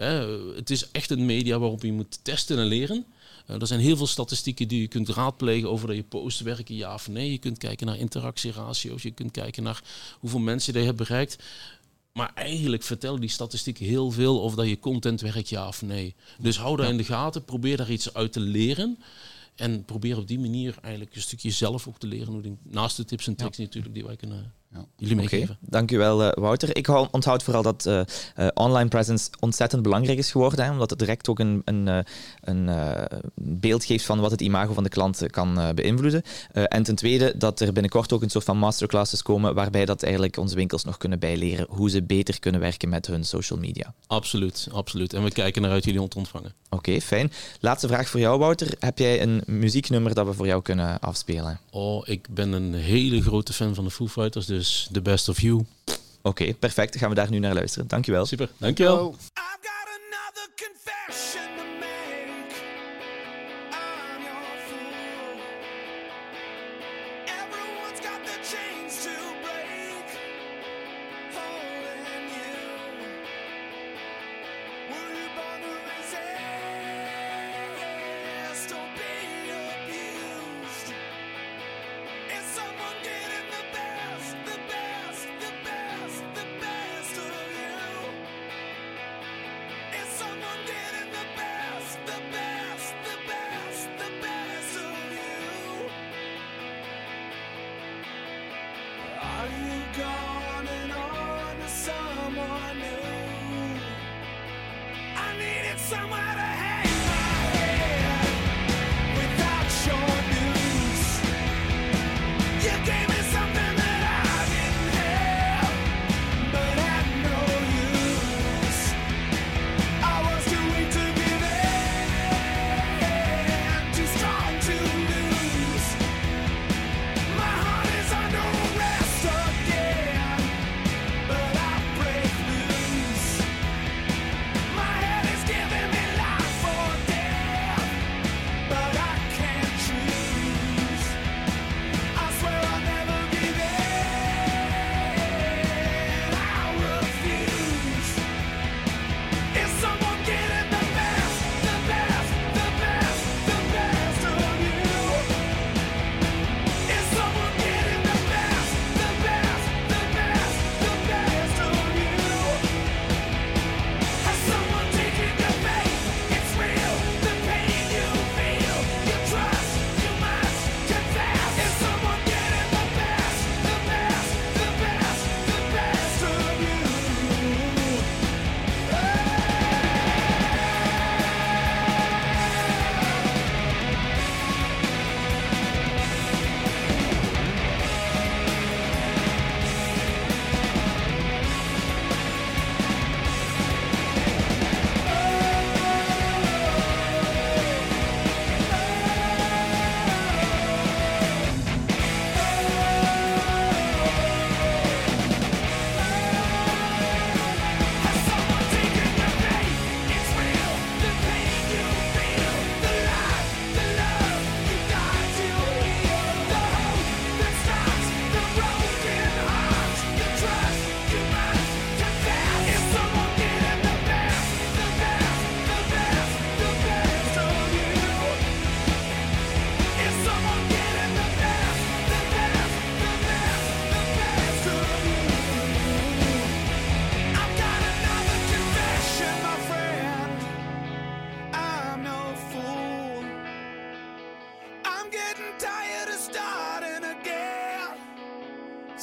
Het is echt een media waarop je moet testen en leren. Er zijn heel veel statistieken die je kunt raadplegen over dat je posts werken, ja of nee. Je kunt kijken naar interactieratio's, je kunt kijken naar hoeveel mensen je hebt bereikt. Maar eigenlijk vertellen die statistieken heel veel of dat je content werkt, ja of nee. Dus hou dat in de gaten, probeer daar iets uit te leren. En probeer op die manier eigenlijk een stukje zelf ook te leren. Naast de tips en tricks natuurlijk die wij kunnen jullie meegeven. Dank u wel, Wouter. Ik onthoud vooral dat online presence ontzettend belangrijk is geworden. Hè, omdat het direct ook een beeld geeft van wat het imago van de klant kan beïnvloeden. En ten tweede dat er binnenkort ook een soort van masterclasses komen waarbij dat eigenlijk onze winkels nog kunnen bijleren hoe ze beter kunnen werken met hun social media. Absoluut. En we kijken naar uit jullie te ontvangen. Oké, fijn. Laatste vraag voor jou, Wouter. Heb jij een muzieknummer dat we voor jou kunnen afspelen? Ik ben een hele grote fan van de Foo Fighters, dus The Best of You. Oké, perfect. Dan gaan we daar nu naar luisteren. Dankjewel. Super, dankjewel.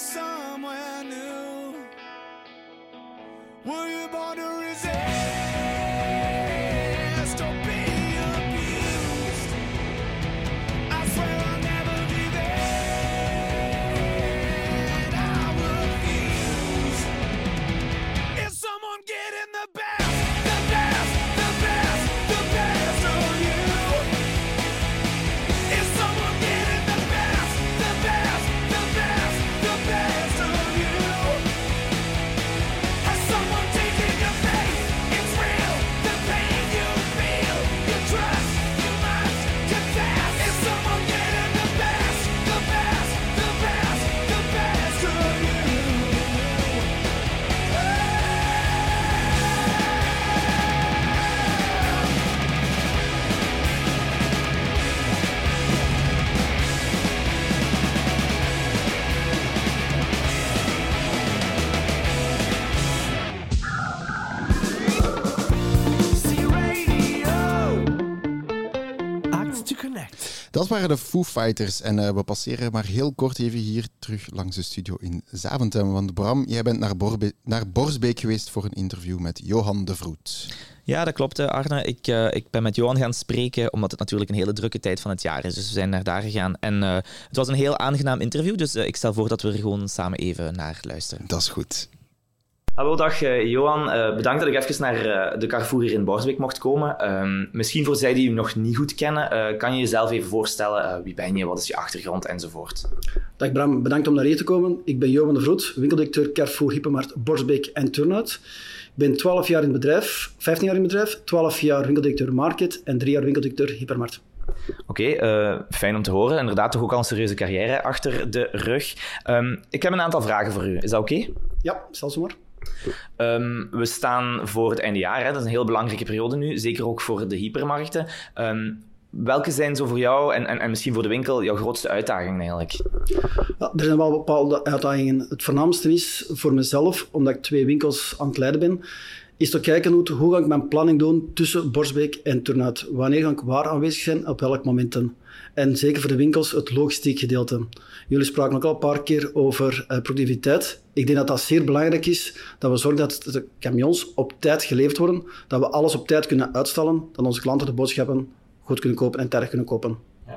Were you born to resist? Dat waren de Foo Fighters en we passeren maar heel kort even hier terug langs de studio in Zaventem. Want Bram, jij bent naar Borsbeek geweest voor een interview met Johan de Vroet. Ja, dat klopt, Arne. Ik ben met Johan gaan spreken, omdat het natuurlijk een hele drukke tijd van het jaar is. Dus we zijn naar daar gegaan. En het was een heel aangenaam interview, dus ik stel voor dat we er gewoon samen even naar luisteren. Dat is goed. Hallo, dag Johan. Bedankt dat ik even naar de Carrefour hier in Borsbeek mocht komen. Misschien voor zij die u nog niet goed kennen, kan je jezelf even voorstellen? Wie ben je, wat is je achtergrond enzovoort? Dag Bram, bedankt om naar hier te komen. Ik ben Johan de Vroet, winkeldirecteur Carrefour Hypermarkt Borsbeek en Turnhout. Ik ben 12 jaar in het bedrijf, 15 jaar in het bedrijf, 12 jaar winkeldirecteur Market en 3 jaar winkeldirecteur Hypermarkt. Oké, fijn om te horen. Inderdaad, toch ook al een serieuze carrière achter de rug. Ik heb een aantal vragen voor u. Is dat oké? Ja, stel ze maar. We staan voor het eindejaar. Hè? Dat is een heel belangrijke periode nu, zeker ook voor de hypermarkten. Welke zijn zo voor jou en misschien voor de winkel jouw grootste uitdagingen eigenlijk? Ja, er zijn wel bepaalde uitdagingen. Het voornaamste is voor mezelf, omdat ik 2 winkels aan het leiden ben, is te kijken hoe ga ik mijn planning doen tussen Borsbeek en Turnhout. Wanneer ga ik waar aanwezig zijn, op welke momenten. En zeker voor de winkels het logistiek gedeelte. Jullie spraken ook al een paar keer over productiviteit. Ik denk dat dat zeer belangrijk is, dat we zorgen dat de camions op tijd geleverd worden, dat we alles op tijd kunnen uitstellen, dat onze klanten de boodschappen goed kunnen kopen en tijdig kunnen kopen.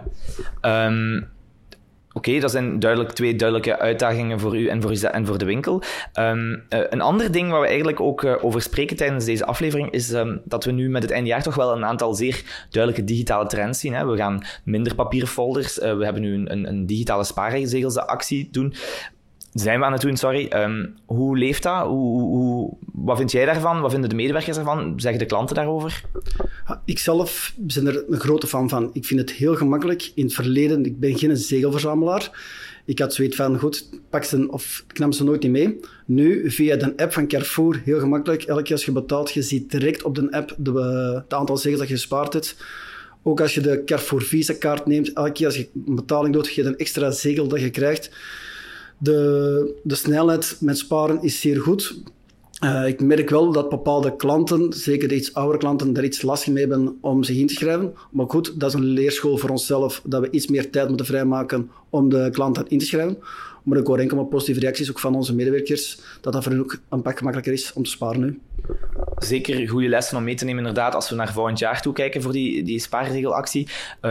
Ja. Oké, dat zijn duidelijk 2 duidelijke uitdagingen voor u en voor de winkel. Een ander ding waar we eigenlijk ook over spreken tijdens deze aflevering is dat we nu met het eindejaar toch wel een aantal zeer duidelijke digitale trends zien. Hè. We gaan minder papierfolders, we hebben nu een digitale spaarregelsactie doen. Zijn we aan het doen, sorry. Hoe leeft dat? Wat vind jij daarvan? Wat vinden de medewerkers daarvan? Zeggen de klanten daarover? Ik zelf ben er een grote fan van. Ik vind het heel gemakkelijk. In het verleden, ik ben geen zegelverzamelaar. Ik had zoiets van, goed, pak ze of ik nam ze nooit niet mee. Nu, via de app van Carrefour, heel gemakkelijk. Elke keer als je betaalt, je ziet direct op de app het aantal zegels dat je gespaard hebt. Ook als je de Carrefour Visa-kaart neemt, elke keer als je een betaling doet, je hebt een extra zegel dat je krijgt. De snelheid met sparen is zeer goed. Ik merk wel dat bepaalde klanten, zeker de iets oudere klanten, daar iets lastig mee hebben om zich in te schrijven. Maar goed, dat is een leerschool voor onszelf, dat we iets meer tijd moeten vrijmaken om de klanten in te schrijven. Maar ik hoor enkel maar positieve reacties ook van onze medewerkers, dat voor hen ook een pak gemakkelijker is om te sparen nu. Zeker goede lessen om mee te nemen, inderdaad, als we naar volgend jaar toe kijken voor die spaarregelactie.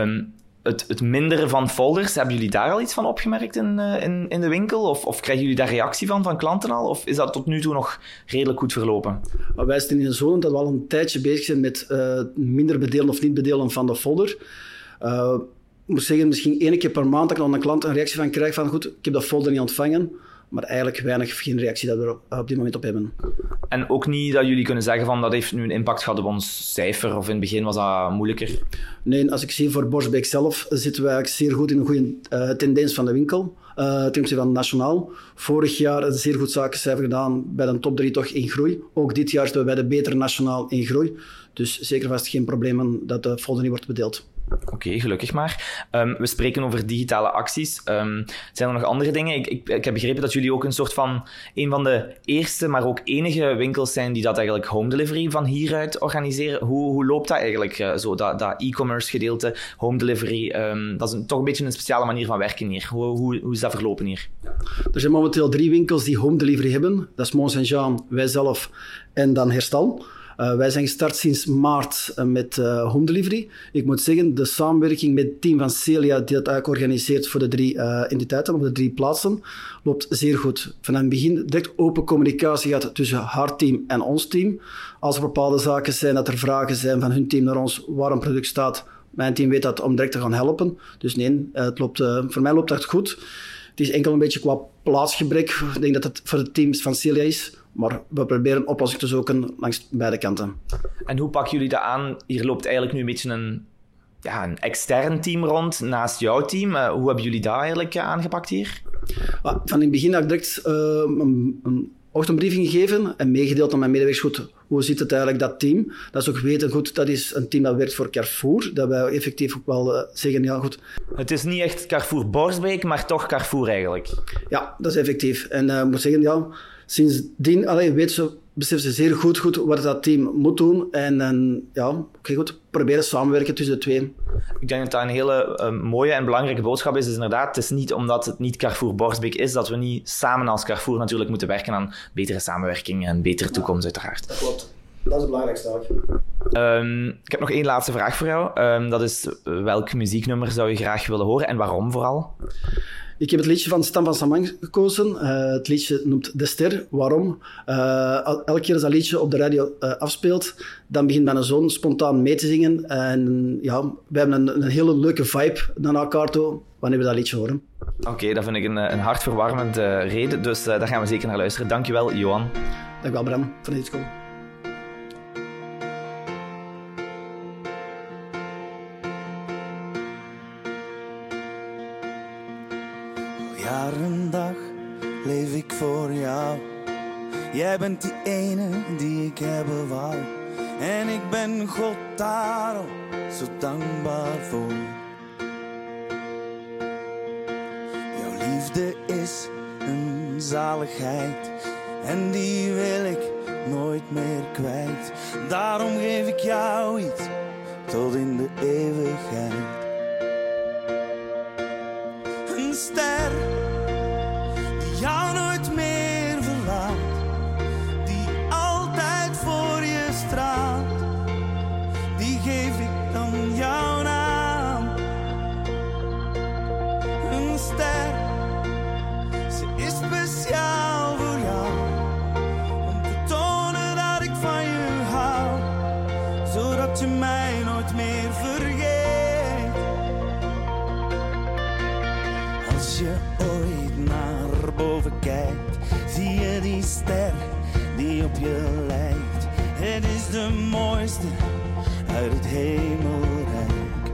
Het minderen van folders, hebben jullie daar al iets van opgemerkt in de winkel? Of krijgen jullie daar reactie van klanten al? Of is dat tot nu toe nog redelijk goed verlopen? Wij zitten in een zone dat we al een tijdje bezig zijn met minder bedelen of niet bedelen van de folder. Ik moet zeggen, misschien 1 keer per maand dat ik dan een klant een reactie van krijg van goed, ik heb dat folder niet ontvangen. Maar eigenlijk geen reactie dat we op dit moment op hebben. En ook niet dat jullie kunnen zeggen van dat heeft nu een impact gehad op ons cijfer, of in het begin was dat moeilijker? Nee, als ik zie voor Borsbeek zelf, zitten we eigenlijk zeer goed in een goede tendens van de winkel. Ten opzichte van nationaal. Vorig jaar een zeer goed zakencijfer gedaan, bij de top 3 toch in groei. Ook dit jaar zitten we bij de betere nationaal in groei. Dus zeker vast geen probleem dat de folder niet wordt bedeeld. Oké, gelukkig maar. We spreken over digitale acties. Zijn er nog andere dingen? Ik heb begrepen dat jullie ook een van de eerste, maar ook enige winkels zijn die dat eigenlijk home delivery van hieruit organiseren. Hoe loopt dat eigenlijk, dat e-commerce gedeelte, home delivery? Dat is toch een beetje een speciale manier van werken hier. Hoe is dat verlopen hier? Er zijn momenteel 3 winkels die home delivery hebben. Dat is Mont Saint-Jean, wij zelf en dan Herstal. Wij zijn gestart sinds maart met home delivery. Ik moet zeggen, de samenwerking met het team van Celia, die dat eigenlijk organiseert voor de 3 entiteiten, of de 3 plaatsen, loopt zeer goed. Vanaf het begin direct open communicatie gaat tussen haar team en ons team. Als er bepaalde zaken zijn, dat er vragen zijn van hun team naar ons, waar een product staat, mijn team weet dat om direct te gaan helpen. Dus nee, voor mij loopt dat goed. Het is enkel een beetje qua plaatsgebrek. Ik denk dat het voor het team van Celia is. Maar we proberen een oplossing te zoeken langs beide kanten. En hoe pakken jullie dat aan? Hier loopt eigenlijk nu een beetje een extern team rond naast jouw team. Hoe hebben jullie dat eigenlijk aangepakt hier? Van in het begin heb ik direct een ochtendbriefing gegeven en meegedeeld aan mijn medewerkers. Goed, hoe zit het eigenlijk, dat team? Dat is ook weten, goed, dat is een team dat werkt voor Carrefour. Dat wij effectief ook wel zeggen, ja goed. Het is niet echt Carrefour Borsbeek, maar toch Carrefour eigenlijk. Ja, dat is effectief. En ik moet zeggen, ja, sindsdien weten ze beseffen ze zeer goed wat dat team moet doen. En goed, proberen samenwerken tussen de twee. Ik denk dat dat een hele mooie en belangrijke boodschap is. Dus inderdaad, het is niet omdat het niet Carrefour Borsbeek is, dat we niet samen als Carrefour natuurlijk moeten werken aan betere samenwerking en betere toekomst, uiteraard. Dat klopt. Dat is het belangrijkste ook. Ik heb nog één laatste vraag voor jou. Dat is, welk muzieknummer zou je graag willen horen en waarom vooral? Ik heb het liedje van Stan van Samang gekozen. Het liedje noemt De Ster. Waarom? Elke keer als dat liedje op de radio afspeelt, dan begint mijn zoon spontaan mee te zingen. En ja, we hebben een hele leuke vibe naar elkaar toe wanneer we dat liedje horen. Oké, dat vind ik een hartverwarmende reden. Dus daar gaan we zeker naar luisteren. Dankjewel, Johan. Dankjewel, Bram, voor dit komen. Jaar en dag leef ik voor jou. Jij bent die ene die ik hebben wou. En ik ben God daarom zo dankbaar voor. Jouw liefde is een zaligheid. En die wil ik nooit meer kwijt. Daarom geef ik jou iets tot in de eeuwigheid. Een ster die jou nooit meer verlaat, die altijd voor je straalt, die geef ik dan jouw naam. Een ster, ze is speciaal voor jou, om te tonen dat ik van je hou, zodat je mij nooit meer vergeet. Als je ooit naar boven kijkt, zie je die ster die op je lijkt. Het is de mooiste uit het hemelrijk.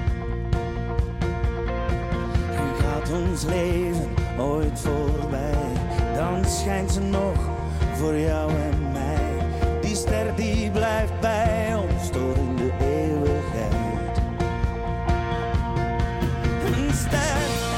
En gaat ons leven ooit voorbij, dan schijnt ze nog voor jou en mij. Die ster die blijft bij ons tot in de eeuwigheid. Een ster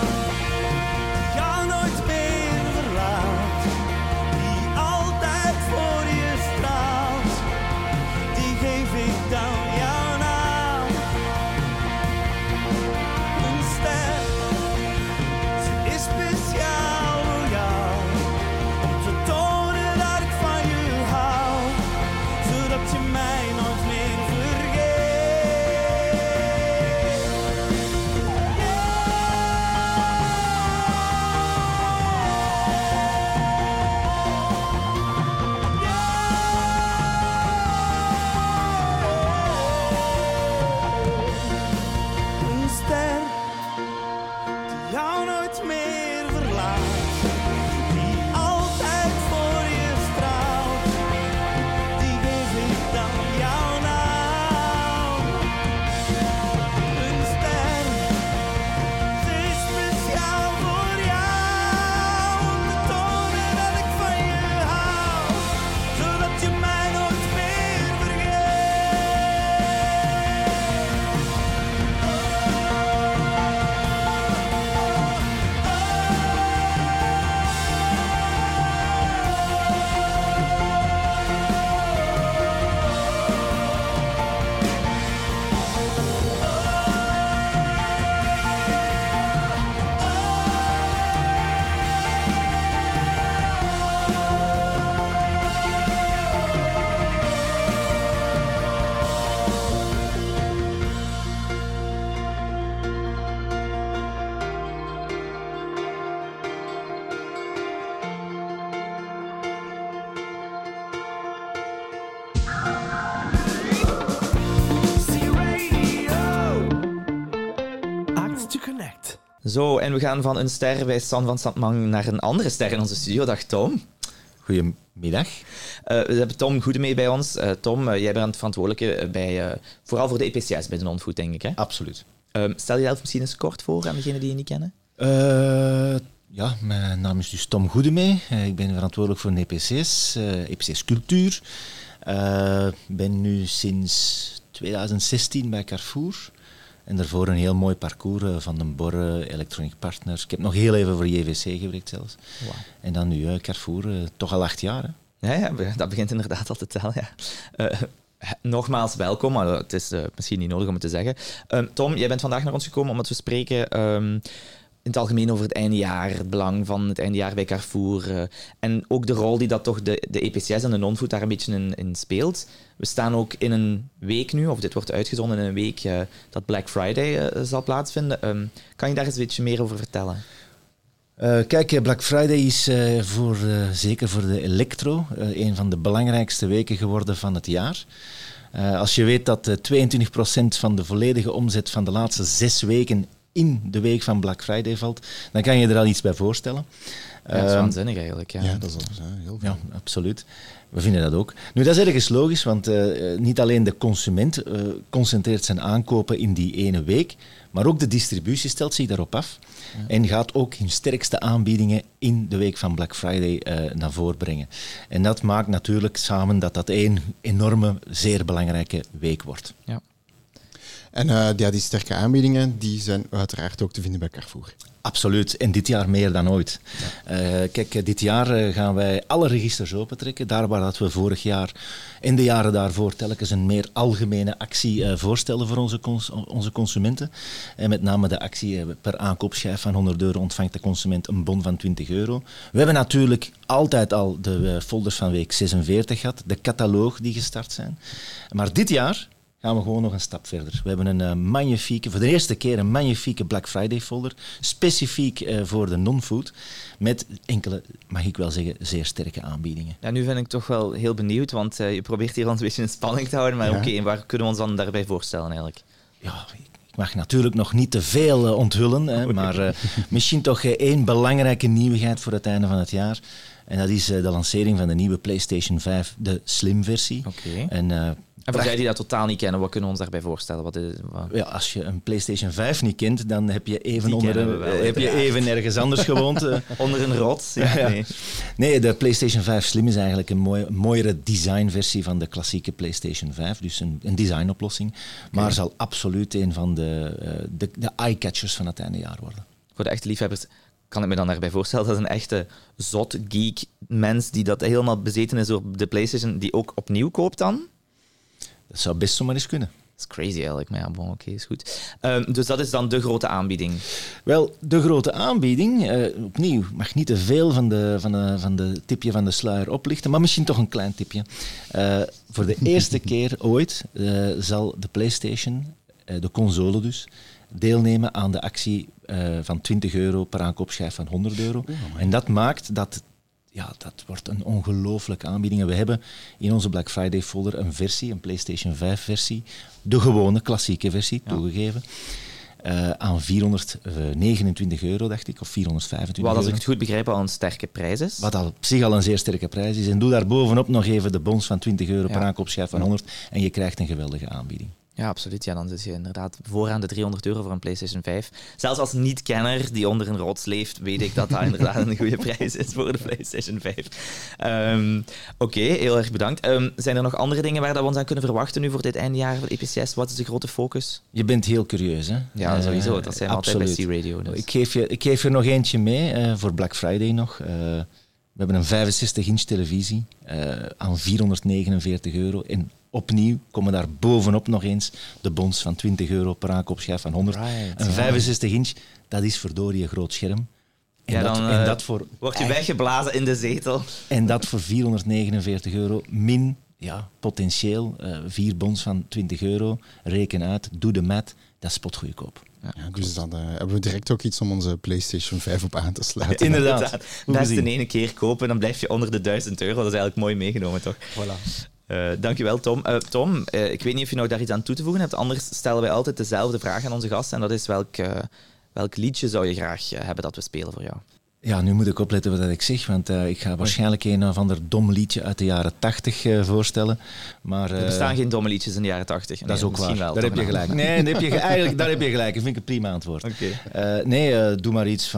Zo, en we gaan van een ster bij Stan van Samang naar een andere ster in onze studio. Dag Tom. Goedemiddag. We hebben Tom Goedemee bij ons. Tom, jij bent verantwoordelijke bij, vooral voor de EPCS bij de non-food, denk ik, hè? Absoluut. Stel jezelf misschien eens kort voor aan degenen die je niet kennen. Ja, mijn naam is dus Tom Goedemee. Ik ben verantwoordelijk voor de EPCS, EPCS Cultuur. Ik ben nu sinds 2016 bij Carrefour. En daarvoor een heel mooi parcours van Den Borre, Electronic Partners. Ik heb nog heel even voor JVC gewerkt zelfs. Wow. En dan nu Carrefour, toch al 8 jaar. Hè? Ja, dat begint inderdaad al te tellen. Ja. Nogmaals welkom, maar het is misschien niet nodig om het te zeggen. Tom, jij bent vandaag naar ons gekomen om het te spreken in het algemeen over het eindejaar, het belang van het eindejaar bij Carrefour en ook de rol die dat toch de EPCS en de non-food daar een beetje in speelt. We staan ook in een week nu, of dit wordt uitgezonden in een week, dat Black Friday zal plaatsvinden. Kan je daar eens een beetje meer over vertellen? Kijk, Black Friday is zeker voor de elektro een van de belangrijkste weken geworden van het jaar. Als je weet dat 22% van de volledige omzet van de laatste 6 weken in de week van Black Friday valt, dan kan je er al iets bij voorstellen. Ja, dat is waanzinnig eigenlijk. Ja, dat is heel veel. Ja, absoluut. We vinden dat ook. Nu, dat is ergens logisch, want niet alleen de consument concentreert zijn aankopen in die ene week, maar ook de distributie stelt zich daarop af en gaat ook hun sterkste aanbiedingen in de week van Black Friday naar voren brengen. En dat maakt natuurlijk samen dat één enorme, zeer belangrijke week wordt. Ja. En die sterke aanbiedingen die zijn uiteraard ook te vinden bij Carrefour. Absoluut, en dit jaar meer dan ooit. Ja. Kijk, dit jaar gaan wij alle registers opentrekken. Daar waar dat we vorig jaar en de jaren daarvoor telkens een meer algemene actie voorstellen voor onze consumenten. En met name de actie per aankoopschijf van €100 ontvangt de consument een bon van €20. We hebben natuurlijk altijd al de folders van week 46 gehad, de cataloog die gestart zijn. Maar dit jaar gaan we gewoon nog een stap verder. We hebben voor de eerste keer een magnifieke Black Friday folder, specifiek voor de non-food, met enkele, mag ik wel zeggen, zeer sterke aanbiedingen. Ja, nu ben ik toch wel heel benieuwd, want je probeert hier ons een beetje in spanning te houden, maar oké, waar kunnen we ons dan daarbij voorstellen eigenlijk? Ja, ik mag natuurlijk nog niet te veel onthullen, maar misschien toch één belangrijke nieuwigheid voor het einde van het jaar. En dat is de lancering van de nieuwe PlayStation 5, de Slim-versie. Okay. En voor jij die dat totaal niet kennen, wat kunnen we ons daarbij voorstellen? Ja, als je een PlayStation 5 niet kent, dan heb je even ergens anders gewoond. Onder een rots? Ja. Nee, de PlayStation 5 Slim is eigenlijk een mooiere designversie van de klassieke PlayStation 5. Dus een designoplossing. Maar zal absoluut een van de eye-catchers van het eindejaar worden. Voor de echte liefhebbers kan ik me dan daarbij voorstellen dat een echte zot, geek mens die dat helemaal bezeten is door de PlayStation, die ook opnieuw koopt dan? Dat zou best zomaar eens kunnen. Dat is crazy eigenlijk, maar ja, oké, is goed. Dus dat is dan de grote aanbieding? Wel, de grote aanbieding, opnieuw, mag niet te veel van de tipje van de sluier oplichten, maar misschien toch een klein tipje. Voor de eerste keer ooit zal de PlayStation, de console dus, deelnemen aan de actie van €20 per aankoopschijf van €100. En dat maakt dat wordt een ongelooflijke aanbieding. We hebben in onze Black Friday folder een PlayStation 5 versie, de gewone klassieke versie, toegegeven, aan €429, dacht ik, of €425. Wat, als ik het goed begrijp, al een sterke prijs is. Wat al op zich al een zeer sterke prijs is. En doe daar bovenop nog even de bons van €20 per aankoopschijf van €100 en je krijgt een geweldige aanbieding. Ja, absoluut. Ja, dan zit je inderdaad vooraan de €300 voor een PlayStation 5. Zelfs als niet-kenner die onder een rots leeft, weet ik dat dat inderdaad een goede prijs is voor de PlayStation 5. Oké, heel erg bedankt. Zijn er nog andere dingen waar we ons aan kunnen verwachten nu voor dit eindejaar van EPCS? Wat is de grote focus? Je bent heel curieus, hè? Ja, sowieso. Dat zijn we altijd bij C-Radio. Dus. Ik geef er nog eentje mee voor Black Friday nog. We hebben een 65-inch televisie aan €449. En opnieuw komen daar bovenop nog eens de bons van €20 per aankoopschijf van €100. Een 65-inch, dat is verdorie een groot scherm. En dat voor wordt je weggeblazen in de zetel. En dat voor €449 min potentieel 4 bons van €20. Reken uit, doe de math, dat is spotgoedkoop. Ja, dus dan hebben we direct ook iets om onze PlayStation 5 op aan te sluiten. Inderdaad. Best in één keer kopen, dan blijf je onder de €1000. Dat is eigenlijk mooi meegenomen, toch? Voilà. Dankjewel, Tom. Tom, ik weet niet of je nog daar iets aan toe te voegen hebt. Anders stellen wij altijd dezelfde vraag aan onze gasten. En dat is welk liedje zou je graag hebben dat we spelen voor jou? Ja, nu moet ik opletten wat ik zeg, want ik ga waarschijnlijk een of ander dom liedje uit de jaren 80 voorstellen. Maar, er bestaan geen domme liedjes in de jaren 80. Dat is ook waar. Wel, daar heb je gelijk. Nee, daar heb je gelijk. Dat vind ik een prima antwoord. Okay. Doe maar iets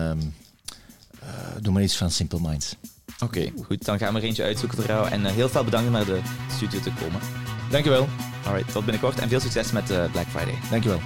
van Simple Minds. Oké, goed. Dan gaan we er eentje uitzoeken voor jou. En heel veel bedankt om naar de studio te komen. Dankjewel. Alright, tot binnenkort en veel succes met Black Friday. Dankjewel.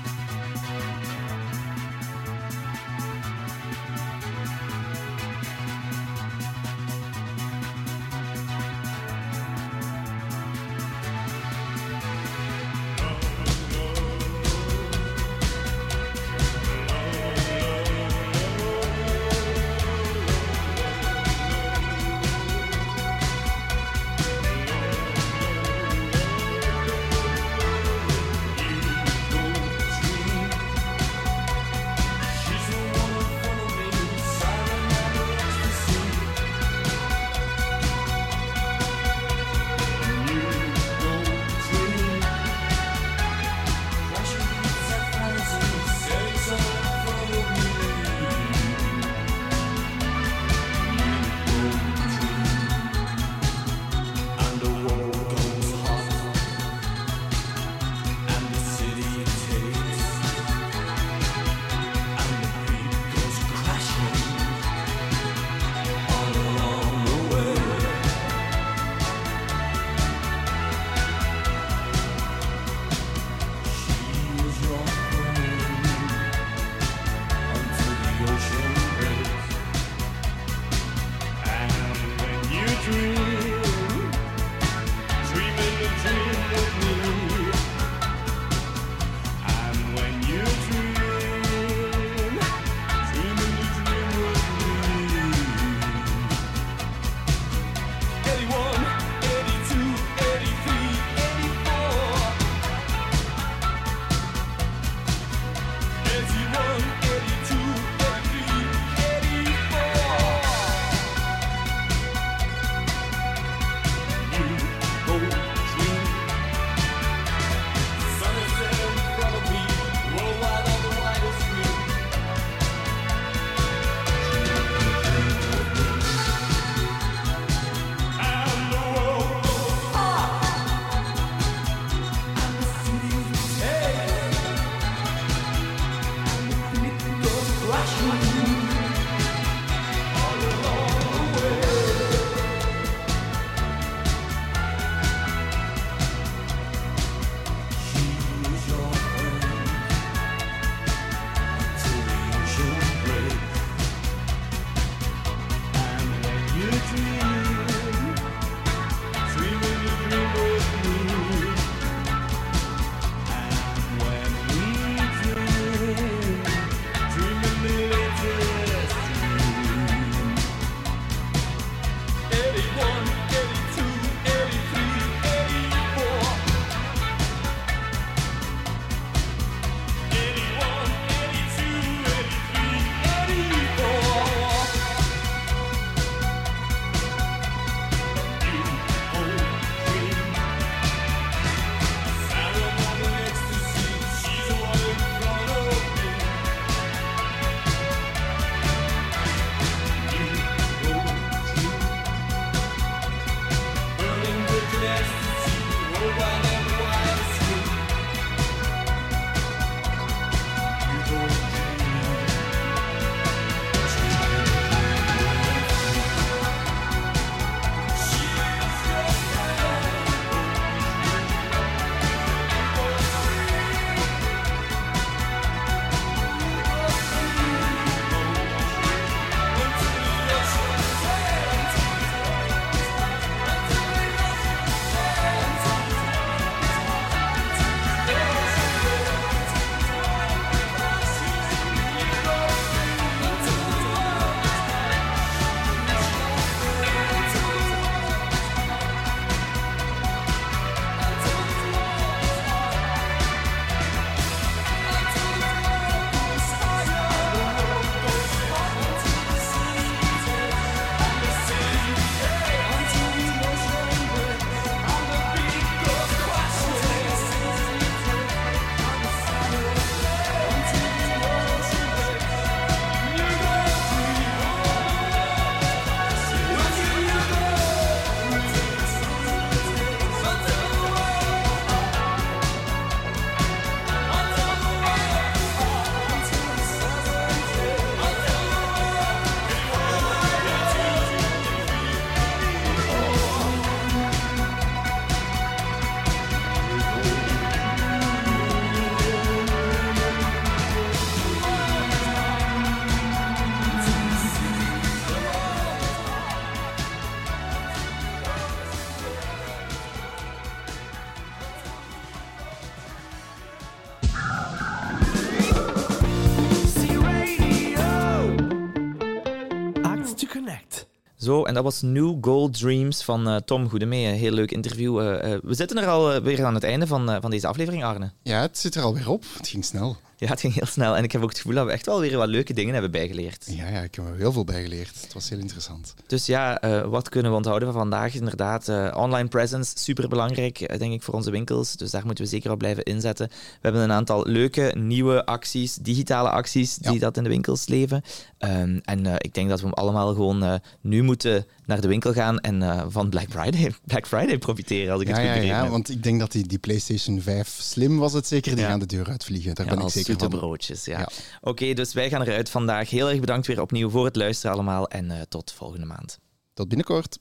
Zo, en dat was New Gold Dreams van Tom Goedemee. Een heel leuk interview. We zitten er alweer aan het einde van deze aflevering, Arne. Ja, het zit er alweer op. Het ging snel. Ja, het ging heel snel. En ik heb ook het gevoel dat we echt wel weer wat leuke dingen hebben bijgeleerd. Ja, ik heb er heel veel bijgeleerd. Het was heel interessant. Dus ja, wat kunnen we onthouden van vandaag? Inderdaad, online presence, superbelangrijk, denk ik, voor onze winkels. Dus daar moeten we zeker op blijven inzetten. We hebben een aantal leuke, nieuwe acties, digitale acties, die dat in de winkels leven. Ik denk dat we allemaal gewoon nu moeten naar de winkel gaan en van Black Friday profiteren, als ik het goed begrepen heb. Want ik denk dat die PlayStation 5 Slim was het zeker, die gaan de deur uitvliegen. Daar ben ik zeker van. Broodjes, ja. Oké, dus wij gaan eruit vandaag. Heel erg bedankt weer opnieuw voor het luisteren allemaal en tot volgende maand. Tot binnenkort.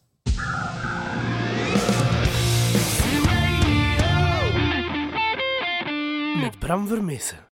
Met Bram Vermessen.